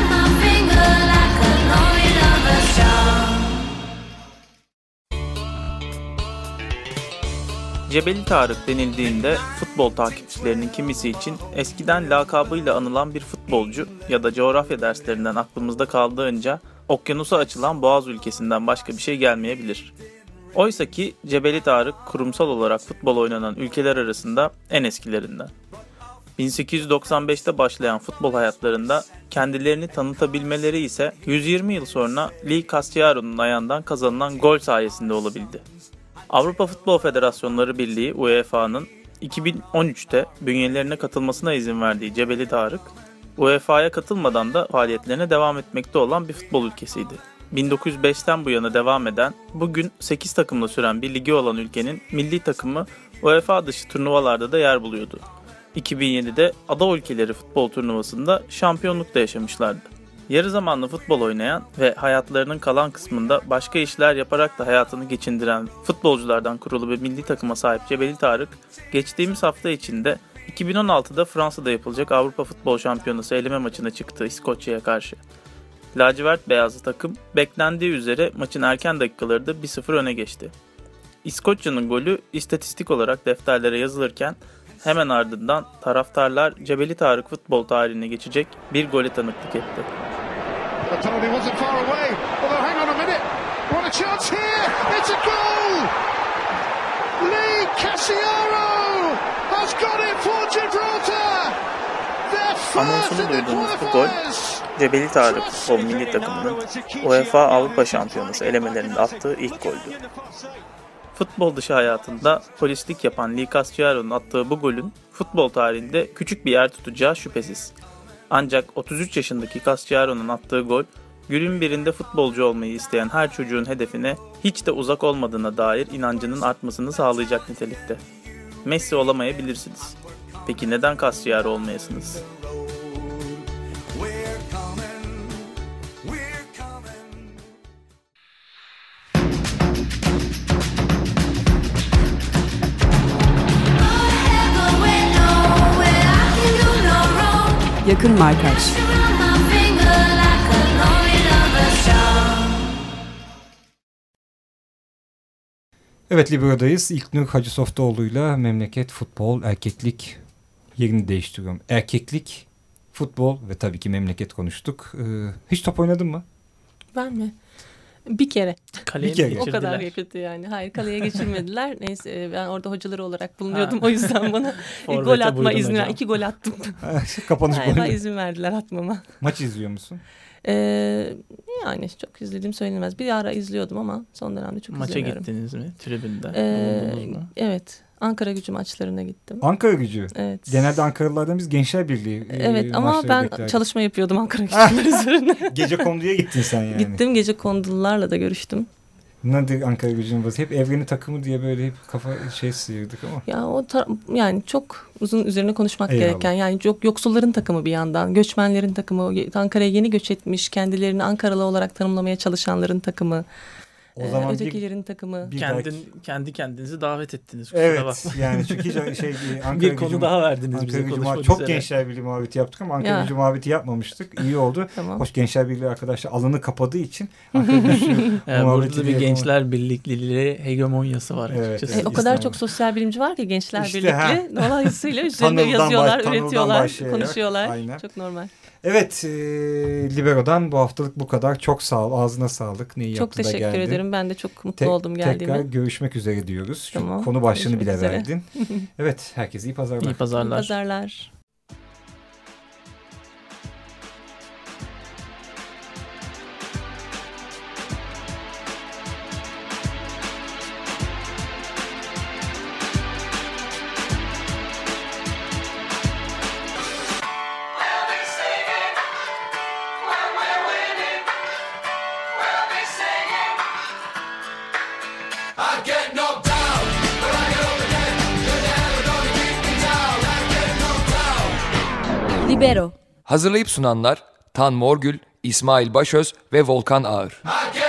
Speaker 4: Cebeli Tarık denildiğinde futbol takipçilerinin kimisi için eskiden lakabıyla anılan bir futbolcu ya da coğrafya derslerinden aklımızda kaldığınca okyanusa açılan Boğaz ülkesinden başka bir şey gelmeyebilir. Oysa ki Cebeli Tarık kurumsal olarak futbol oynanan ülkeler arasında en eskilerinden. 1895'te başlayan futbol hayatlarında kendilerini tanıtabilmeleri ise 120 yıl sonra Lee Castiaro'nun ayağından kazanılan gol sayesinde olabildi. Avrupa Futbol Federasyonları Birliği UEFA'nın 2013'te bünyelerine katılmasına izin verdiği Cebeli Tarık, UEFA'ya katılmadan da faaliyetlerine devam etmekte olan bir futbol ülkesiydi. 1905'ten bu yana devam eden, bugün 8 takımla süren bir ligi olan ülkenin milli takımı UEFA dışı turnuvalarda da yer buluyordu. 2007'de Ada Ülkeleri futbol turnuvasında şampiyonlukta yaşamışlardı. Yarı zamanlı futbol oynayan ve hayatlarının kalan kısmında başka işler yaparak da hayatını geçindiren futbolculardan kurulu bir milli takıma sahip Cebeli Tarık, geçtiğimiz hafta içinde 2016'da Fransa'da yapılacak Avrupa Futbol Şampiyonası eleme maçına çıktı İskoçya'ya karşı. Lacivert beyazlı takım beklendiği üzere maçın erken dakikalarında 1-0 öne geçti. İskoçya'nın golü istatistik olarak defterlere yazılırken hemen ardından taraftarlar Cebeli Tarık futbol tarihine geçecek bir gole tanıklık etti. Anonsunu duyduğumuz bu gol, Cebeli Tarık futbol milli takımının UEFA Avrupa Şampiyonası elemelerinde attığı ilk goldü. Futbol dışı hayatında polislik yapan Lee Castiaro'nun attığı bu golün futbol tarihinde küçük bir yer tutacağı şüphesiz. Ancak 33 yaşındaki Castiaro'nun attığı gol, günün birinde futbolcu olmayı isteyen her çocuğun hedefine hiç de uzak olmadığına dair inancının artmasını sağlayacak nitelikte. Messi olamayabilirsiniz Peki neden Castiglione olmayasınız?
Speaker 7: Yakın Markaj.
Speaker 3: Evet, Libero'dayız. İlknur Hacı Softoğlu'yla memleket, futbol, erkeklik yerini değiştiriyorum. Erkeklik, futbol ve tabii ki memleket konuştuk. Hiç top oynadın mı?
Speaker 1: Ben mi? Bir kere.
Speaker 4: Kaleye
Speaker 3: Bir kere.
Speaker 1: O kadar kötü yani. Hayır, kaleye geçirmediler. Neyse, ben orada hocaları olarak bulunuyordum. O yüzden bana gol atma izni ver. 2 gol attım.
Speaker 3: Kapanış
Speaker 1: Galiba
Speaker 3: golü.
Speaker 1: izin verdiler atmama.
Speaker 3: Maç izliyor musun?
Speaker 1: Yani çok izlediğim söylenemez. Bir ara izliyordum ama son dönemde çok
Speaker 4: Maça
Speaker 1: izlemiyorum.
Speaker 4: gittiniz mi? Tribünde bulundunuz mu?
Speaker 1: Evet. Ankara-Gücü maçlarına gittim.
Speaker 3: Ankara-Gücü.
Speaker 1: Evet.
Speaker 3: Genelde Ankaralılardan biz Gençler Birliği
Speaker 1: Evet ama
Speaker 3: maçları
Speaker 1: ben
Speaker 3: beklerdik.
Speaker 1: çalışma yapıyordum Ankara-Gücüler üzerine.
Speaker 3: Gecekondu'ya gittin sen yani.
Speaker 1: Gittim, Gecekondularla da görüştüm.
Speaker 3: Nedir Ankara-Gücü'nün vaziyeti? Hep Evrenin takımı diye böyle hep kafa sıyırdık ama.
Speaker 1: Ya yani çok uzun üzerine konuşmak
Speaker 3: Eyvallah.
Speaker 1: gereken, yani çok yoksulların takımı bir yandan, göçmenlerin takımı, Ankara'ya yeni göç etmiş, kendilerini Ankaralı olarak tanımlamaya çalışanların takımı,
Speaker 3: O zaman
Speaker 1: ötekilerin takımı.
Speaker 4: Kendi kendinizi davet ettiniz. Kusura
Speaker 3: Evet
Speaker 4: bakma.
Speaker 3: yani çünkü Ankara
Speaker 4: Bir konu daha verdiniz bize konuşmak
Speaker 3: çok
Speaker 4: üzere.
Speaker 3: Gençler Birliği muhabbeti yaptık ama Ankara
Speaker 1: Ya.
Speaker 3: Gücü muhabbeti yapmamıştık. İyi oldu.
Speaker 1: Tamam.
Speaker 3: Hoş Gençler Birliği arkadaşlar alanı kapadığı için Ankara Gücü
Speaker 4: Evet,
Speaker 3: muhabbeti
Speaker 4: burada bir gençler birlikliliği hegemonyası var
Speaker 3: Evet,
Speaker 4: açıkçası.
Speaker 3: evet.
Speaker 1: O kadar
Speaker 3: İslam.
Speaker 1: çok sosyal bilimci var ki Gençler
Speaker 3: İşte,
Speaker 1: Birlikli. Dolayısıyla üzerine
Speaker 3: Tanıldan
Speaker 1: yazıyorlar,
Speaker 3: tanıldan
Speaker 1: üretiyorlar,
Speaker 3: başlayarak,
Speaker 1: konuşuyorlar.
Speaker 3: aynen.
Speaker 1: Çok normal.
Speaker 3: Evet, Libero'dan bu haftalık bu kadar. Çok sağ ol. Ağzına sağlık. Neyi
Speaker 1: Çok
Speaker 3: yaptın da
Speaker 1: teşekkür
Speaker 3: geldin.
Speaker 1: ederim. Ben de çok mutlu oldum geldiğime.
Speaker 3: Tekrar görüşmek üzere diyoruz.
Speaker 1: Tamam.
Speaker 3: Çünkü konu başlığını
Speaker 1: Görüşmek
Speaker 3: bile
Speaker 1: üzere.
Speaker 3: verdin. Evet, herkese iyi pazarlar.
Speaker 4: İyi pazarlar.
Speaker 1: Pazarlar.
Speaker 7: Libero.
Speaker 2: Hazırlayıp sunanlar Tan Morgül, İsmail Başöz ve Volkan Ağır.